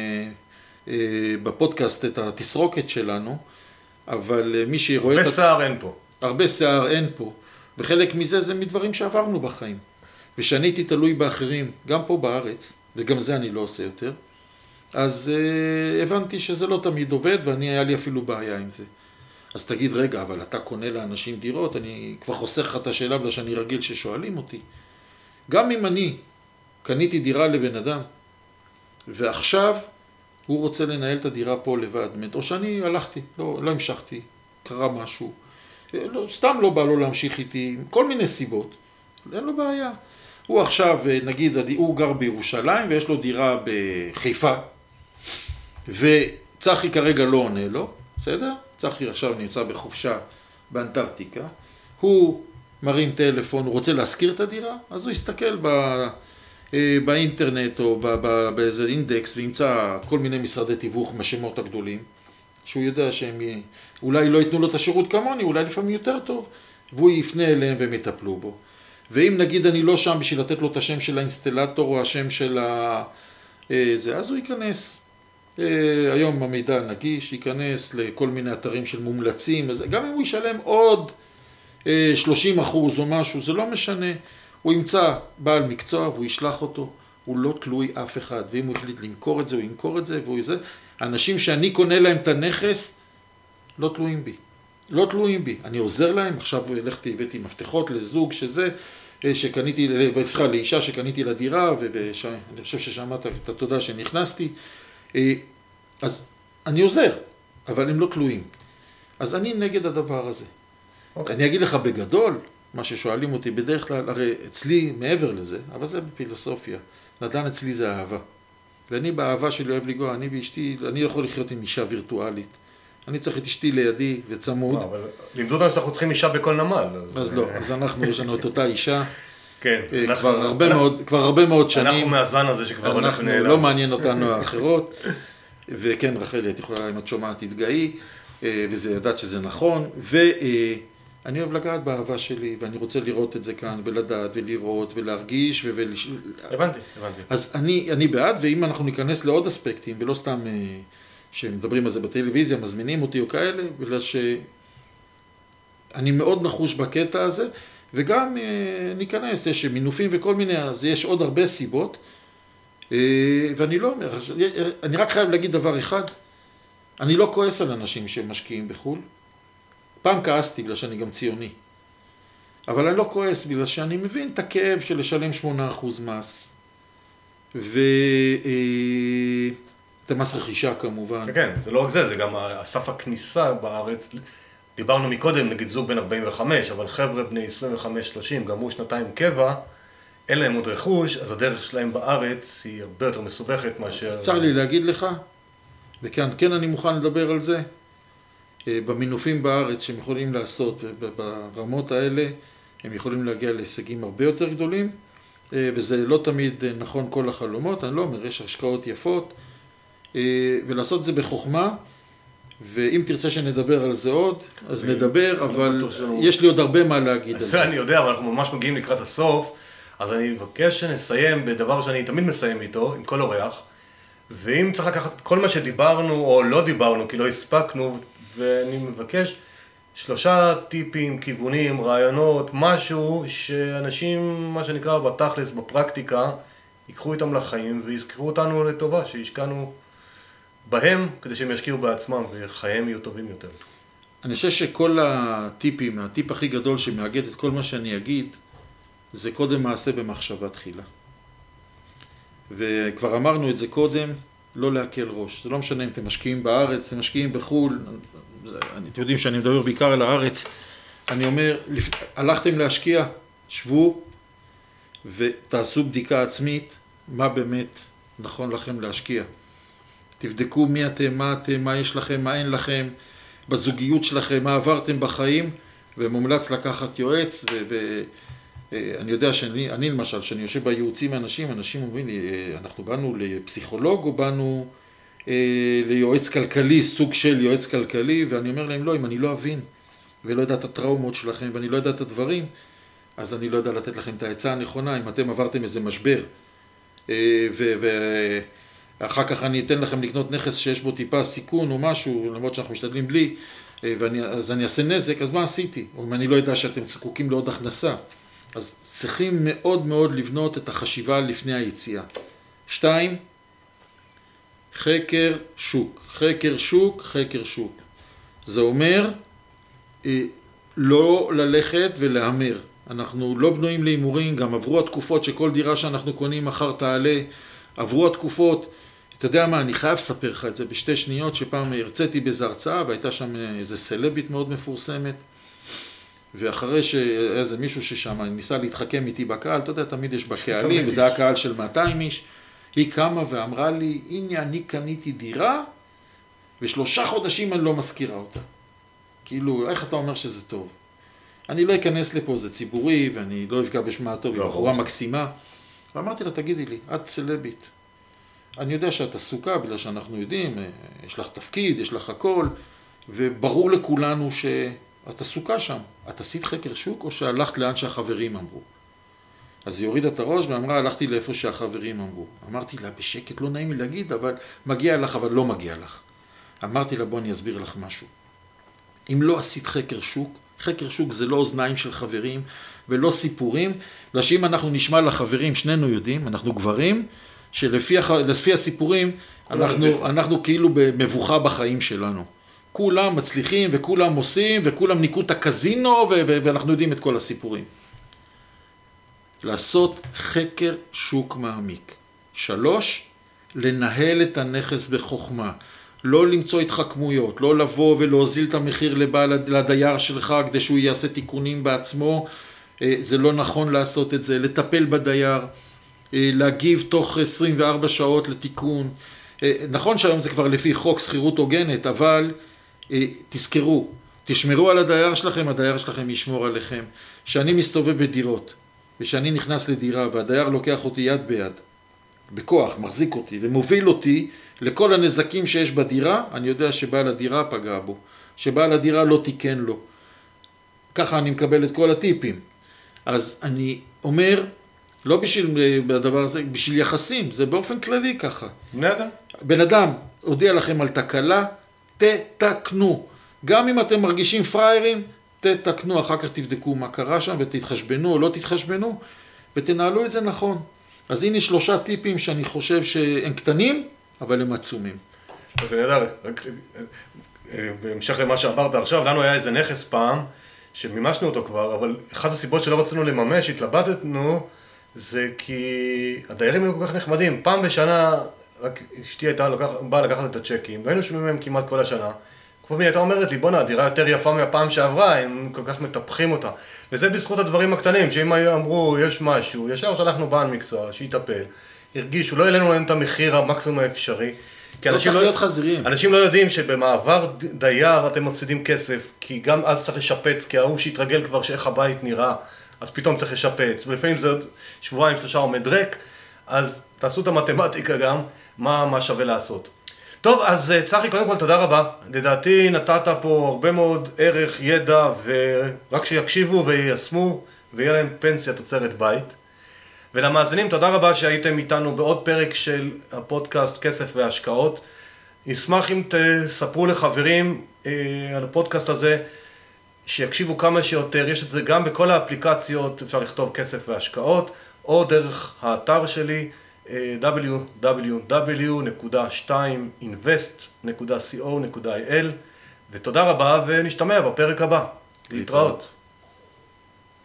בפודקאסט את התסרוקת שלנו, אבל מי שרואה... הרבה שיער אין פה. הרבה שיער אין פה, וחלק מזה זה מדברים שעברנו בחיים. ושאני הייתי תלוי באחרים, גם פה בארץ, וגם זה אני לא עושה יותר, אז הבנתי שזה לא תמיד עובד, ואני היה לי אפילו בעיה עם זה. אז תגיד, רגע, אבל אתה קונה לאנשים דירות, אני כבר חוסך לך את השאלה בגלל שאני רגיל ששואלים אותי. גם אם אני קניתי דירה לבן אדם, ועכשיו הוא רוצה לנהל את הדירה פה לבד, או שאני הלכתי, לא המשכתי, קרה משהו, סתם לא בא לו להמשיך איתי, כל מיני סיבות, אין לו בעיה. הוא עכשיו, נגיד, הוא גר בירושלים ויש לו דירה בחיפה, וצחי כרגע לא עונה לו, בסדר? צחי עכשיו נמצא בחופשה באנטרקטיקה, הוא מרים טלפון, הוא רוצה להשכיר את הדירה, אז הוא יסתכל באינטרנט או באיזה אינדקס וימצא כל מיני משרדי תיווך מהשמות הגדולים, שהוא יודע שהם אולי לא ייתנו לו את השירות כמוני, אולי לפעמים יותר טוב, והוא יפנה אליהם והם יטפלו בו. ואם נגיד אני לא שם בשביל לתת לו את השם של האינסטלטור או השם של זה, אז הוא ייכנס. היום המידע נגיש, ייכנס לכל מיני אתרים של מומלצים, גם אם הוא ישלם עוד 30% או משהו, זה לא משנה. הוא ימצא בעל מקצוע והוא ישלח אותו, הוא לא תלוי אף אחד, ואם הוא החליט למכור את זה, הוא ימכור את זה, והוא זה. אנשים שאני קונה להם את הנכס, לא תלויים בי. לא תלויים בי. אני עוזר להם, עכשיו הבאתי מפתחות לזוג שזה, שקניתי, סליחה, לאישה שקניתי לדירה, ואני חושב ששמעת את התודה שנכנסתי. אז אני עוזר, אבל הם לא תלויים. אז אני נגד הדבר הזה. אני אגיד לך בגדול, מה ששואלים אותי בדרך כלל, הרי אצלי מעבר לזה, אבל זה בפילוסופיה. נדל"ן אצלי זה אהבה. ואני באהבה שלי אוהב לגוע, אני ואשתי, אני לא יכול לחיות עם אישה וירטואלית. אני צריך את אשתי לידי וצמוד. אבל לימדו אותנו שאנחנו צריכים אישה בכל נמל. אז לא, אז אנחנו, יש לנו את אותה אישה. כן. כבר הרבה מאוד שנים. אנחנו מהזן הזה שכבר הולך נעלם. אנחנו לא מעניין אותנו האחרות. וכן, רחלי, את יכולה, אם את שומעת, תתגאי. וזה יודעת שזה נכון. אני אוהב לגעת באהבה שלי, ואני רוצה לראות את זה כאן, ולדעת, ולראות, ולהרגיש, הבנתי. אז אני בעד, ואם אנחנו ניכנס לעוד אספקטים, ולא סתם שמדברים על זה בטלוויזיה, מזמינים אותי או כאלה, בגלל שאני מאוד נחוש בקטע הזה, וגם ניכנס, יש מינופים וכל מיני, אז יש עוד הרבה סיבות, ואני לא אומר, אני רק חייב להגיד דבר אחד, אני לא כועס על אנשים שמשקיעים בחו"ל, פעם כעסתי בגלל שאני גם ציוני. אבל אני לא כועס בגלל שאני מבין את הכאב של לשלם 8% מס. ואתה את המס רכישה כמובן. כן, זה לא רק זה, זה גם הסף הכניסה בארץ. דיברנו מקודם, נגיד זוג בן 45, אבל חבר'ה בני 25-30, גמרו שנתיים קבע, אין להם עוד רכוש, אז הדרך שלהם בארץ היא הרבה יותר מסובכת מאשר... צר לי להגיד לך, וכאן כן אני מוכן לדבר על זה, במינופים בארץ שהם יכולים לעשות, ברמות האלה, הם יכולים להגיע להישגים הרבה יותר גדולים, וזה לא תמיד נכון כל החלומות, אני לא אומר, יש השקעות יפות, ולעשות את זה בחוכמה, ואם תרצה שנדבר על זה עוד, אז נדבר, אבל יש לי עוד הרבה מה להגיד על זה. זה אני יודע, אבל אנחנו ממש מגיעים לקראת הסוף, אז אני מבקש שנסיים בדבר שאני תמיד מסיים איתו, עם כל אורח, ואם צריך לקחת את כל מה שדיברנו או לא דיברנו, כי לא הספקנו, ואני מבקש 3 טיפים, כיוונים, רעיונות, משהו שאנשים, מה שנקרא בתכלס, בפרקטיקה, ייקחו איתם לחיים ויזכרו אותנו לטובה, שהשקענו בהם כדי שהם ישקיעו בעצמם וחייהם יהיו טובים יותר. אני חושב שכל הטיפים, הטיפ הכי גדול שמאגד את כל מה שאני אגיד, זה קודם מעשה במחשבה תחילה. וכבר אמרנו את זה קודם, לא להקל ראש. זה לא משנה אם אתם משקיעים בארץ, אתם משקיעים בחול, אתם יודעים שאני מדבר בעיקר על הארץ. אני אומר, הלכתם להשקיע, שבו ותעשו בדיקה עצמית, מה באמת נכון לכם להשקיע. תבדקו מי אתם, מה יש לכם, מה אין לכם, בזוגיות שלכם, מה עברתם בחיים, ומומלץ לקחת יועץ, ואני יודע שאני למשל, שאני יושב בייעוצים האנשים, אנשים אומרים לי, אנחנו באנו לפסיכולוג או באנו ליועץ כלכלי, סוג של יועץ כלכלי, ואני אומר להם, לא, אם אני לא אבין, ולא יודע את הטראומות שלכם, ואני לא יודע את הדברים, אז אני לא יודע לתת לכם את העצה הנכונה, אם אתם עברתם איזה משבר, אחר כך אני אתן לכם לקנות נכס שיש בו טיפה סיכון או משהו, למרות שאנחנו משתדלים בלי, אז אני אעשה נזק, אז מה עשיתי? או אם אני לא יודע שאתם זקוקים לעוד הכנסה. אז צריכים מאוד מאוד לבנות את החשיבה לפני היציאה. 2, חקר שוק. חקר שוק, חקר שוק. זה אומר לא ללכת ולהמר. אנחנו לא בנויים להימורים, גם עברו התקופות שכל דירה שאנחנו קונים מחר תעלה, עברו התקופות. אתה יודע מה, אני חייב לספר לך את זה בשתי שניות, שפעם הרציתי באיזו הרצאה, והייתה שם איזו סלבית מאוד מפורסמת, ואחרי שאיזה מישהו ששם ניסה להתחכם איתי בקהל, אתה יודע, תמיד יש בקהלים, וזה היה קהל של 200 איש, היא קמה ואמרה לי, הנה אני קניתי דירה, ו3 חודשים אני לא מזכירה אותה. כאילו, איך אתה אומר שזה טוב? אני לא אכנס לפה, זה ציבורי, ואני לא אפגע בשמה הטוב, היא בחורה מקסימה. ואמרתי לה, תגידי לי, את סלבית. אני יודע שאת עסוקה, בגלל שאנחנו יודעים, יש לך תפקיד, יש לך הכל, וברור לכולנו שאת עסוקה שם. את עשית חקר שוק או שהלכת לאן שהחברים אמרו? אז היא הורידה את הראש ואמרה, הלכתי לאיפה שהחברים אמרו. אמרתי לה, בשקט, לא נעים לי להגיד, אבל מגיע לך, אבל לא מגיע לך. אמרתי לה, בוא אני אסביר לך משהו. אם לא עשית חקר שוק, חקר שוק זה לא אוזניים של חברים ולא סיפורים, בגלל שאם אנחנו נשמע לחברים, שנינו יודעים, אנחנו גברים, שלפי הסיפורים, אנחנו כאילו במבוכה בחיים שלנו. כולם מצליחים וכולם עושים וכולם ניקו את הקזינו ואנחנו יודעים את כל הסיפורים. לעשות חקר שוק מעמיק. 3, לנהל את הנכס בחוכמה. לא למצוא התחכמויות, לא לבוא ולהוזיל את המחיר לדייר שלך כדי שהוא יעשה תיקונים בעצמו. זה לא נכון לעשות את זה. לטפל בדייר, להגיב תוך 24 שעות לתיקון. נכון שהיום זה כבר לפי חוק שכירות הוגנת, אבל תזכרו, תשמרו על הדייר שלכם, הדייר שלכם ישמור עליכם. שאני מסתובב בדירות, ושאני נכנס לדירה והדייר לוקח אותי יד ביד, בכוח, מחזיק אותי ומוביל אותי לכל הנזקים שיש בדירה, אני יודע שבעל הדירה פגע בו, שבעל הדירה לא תיקן לו. ככה אני מקבל את כל הטיפים. אז אני אומר, לא בשביל הדבר הזה, בשביל יחסים, זה באופן כללי ככה. בן אדם הודיע לכם על תקלה, תתקנו. גם אם אתם מרגישים פריירים, תתקנו, אחר כך תבדקו מה קרה שם ותתחשבנו או לא תתחשבנו, ותנהלו את זה נכון. אז הנה 3 טיפים שאני חושב שהם קטנים, אבל הם עצומים. אז אני יודע, רק בהמשך למה שאמרת עכשיו, לנו היה איזה נכס פעם, שמימשנו אותו כבר, אבל אחת הסיבות שלא רצינו לממש, התלבטנו, זה כי הדיירים היו כל כך נחמדים. פעם בשנה רק אשתי הייתה באה לקחת את הצ'קים, והיינו שומעים מהם כמעט כל השנה. כל פעם היא הייתה אומרת לי, בוא'נה, הדירה יותר יפה מהפעם שעברה, הם כל כך מטפחים אותה. וזה בזכות הדברים הקטנים, שאם אמרו, יש משהו, ישר שלחנו בעל מקצוע, שיטפל, הרגישו, לא העלינו להם את המחיר המקסימום האפשרי. לא צריך להיות חזירים. אנשים לא יודעים שבמעבר דייר אתם מפסידים כסף, כי גם אז צריך לשפץ, כי ההוא שהתרגל כבר שאיך הבית נראה, אז פתאום צריך לשפץ, ולפעמים זה עוד שבועיים, 3 עומד ריק, אז תעשו את המתמטיקה גם, מה שווה לעשות. טוב, אז צחי, קודם כל תודה רבה. לדעתי נתת פה הרבה מאוד ערך, ידע, ורק שיקשיבו ויישמו, ויהיה להם פנסיה תוצרת בית. ולמאזינים, תודה רבה שהייתם איתנו בעוד פרק של הפודקאסט כסף והשקעות. נשמח אם תספרו לחברים על הפודקאסט הזה, שיקשיבו כמה שיותר. יש את זה גם בכל האפליקציות, אפשר לכתוב כסף והשקעות, או דרך האתר שלי, www.2invest.co.il. ותודה רבה ונשתמע בפרק הבא. להתראות.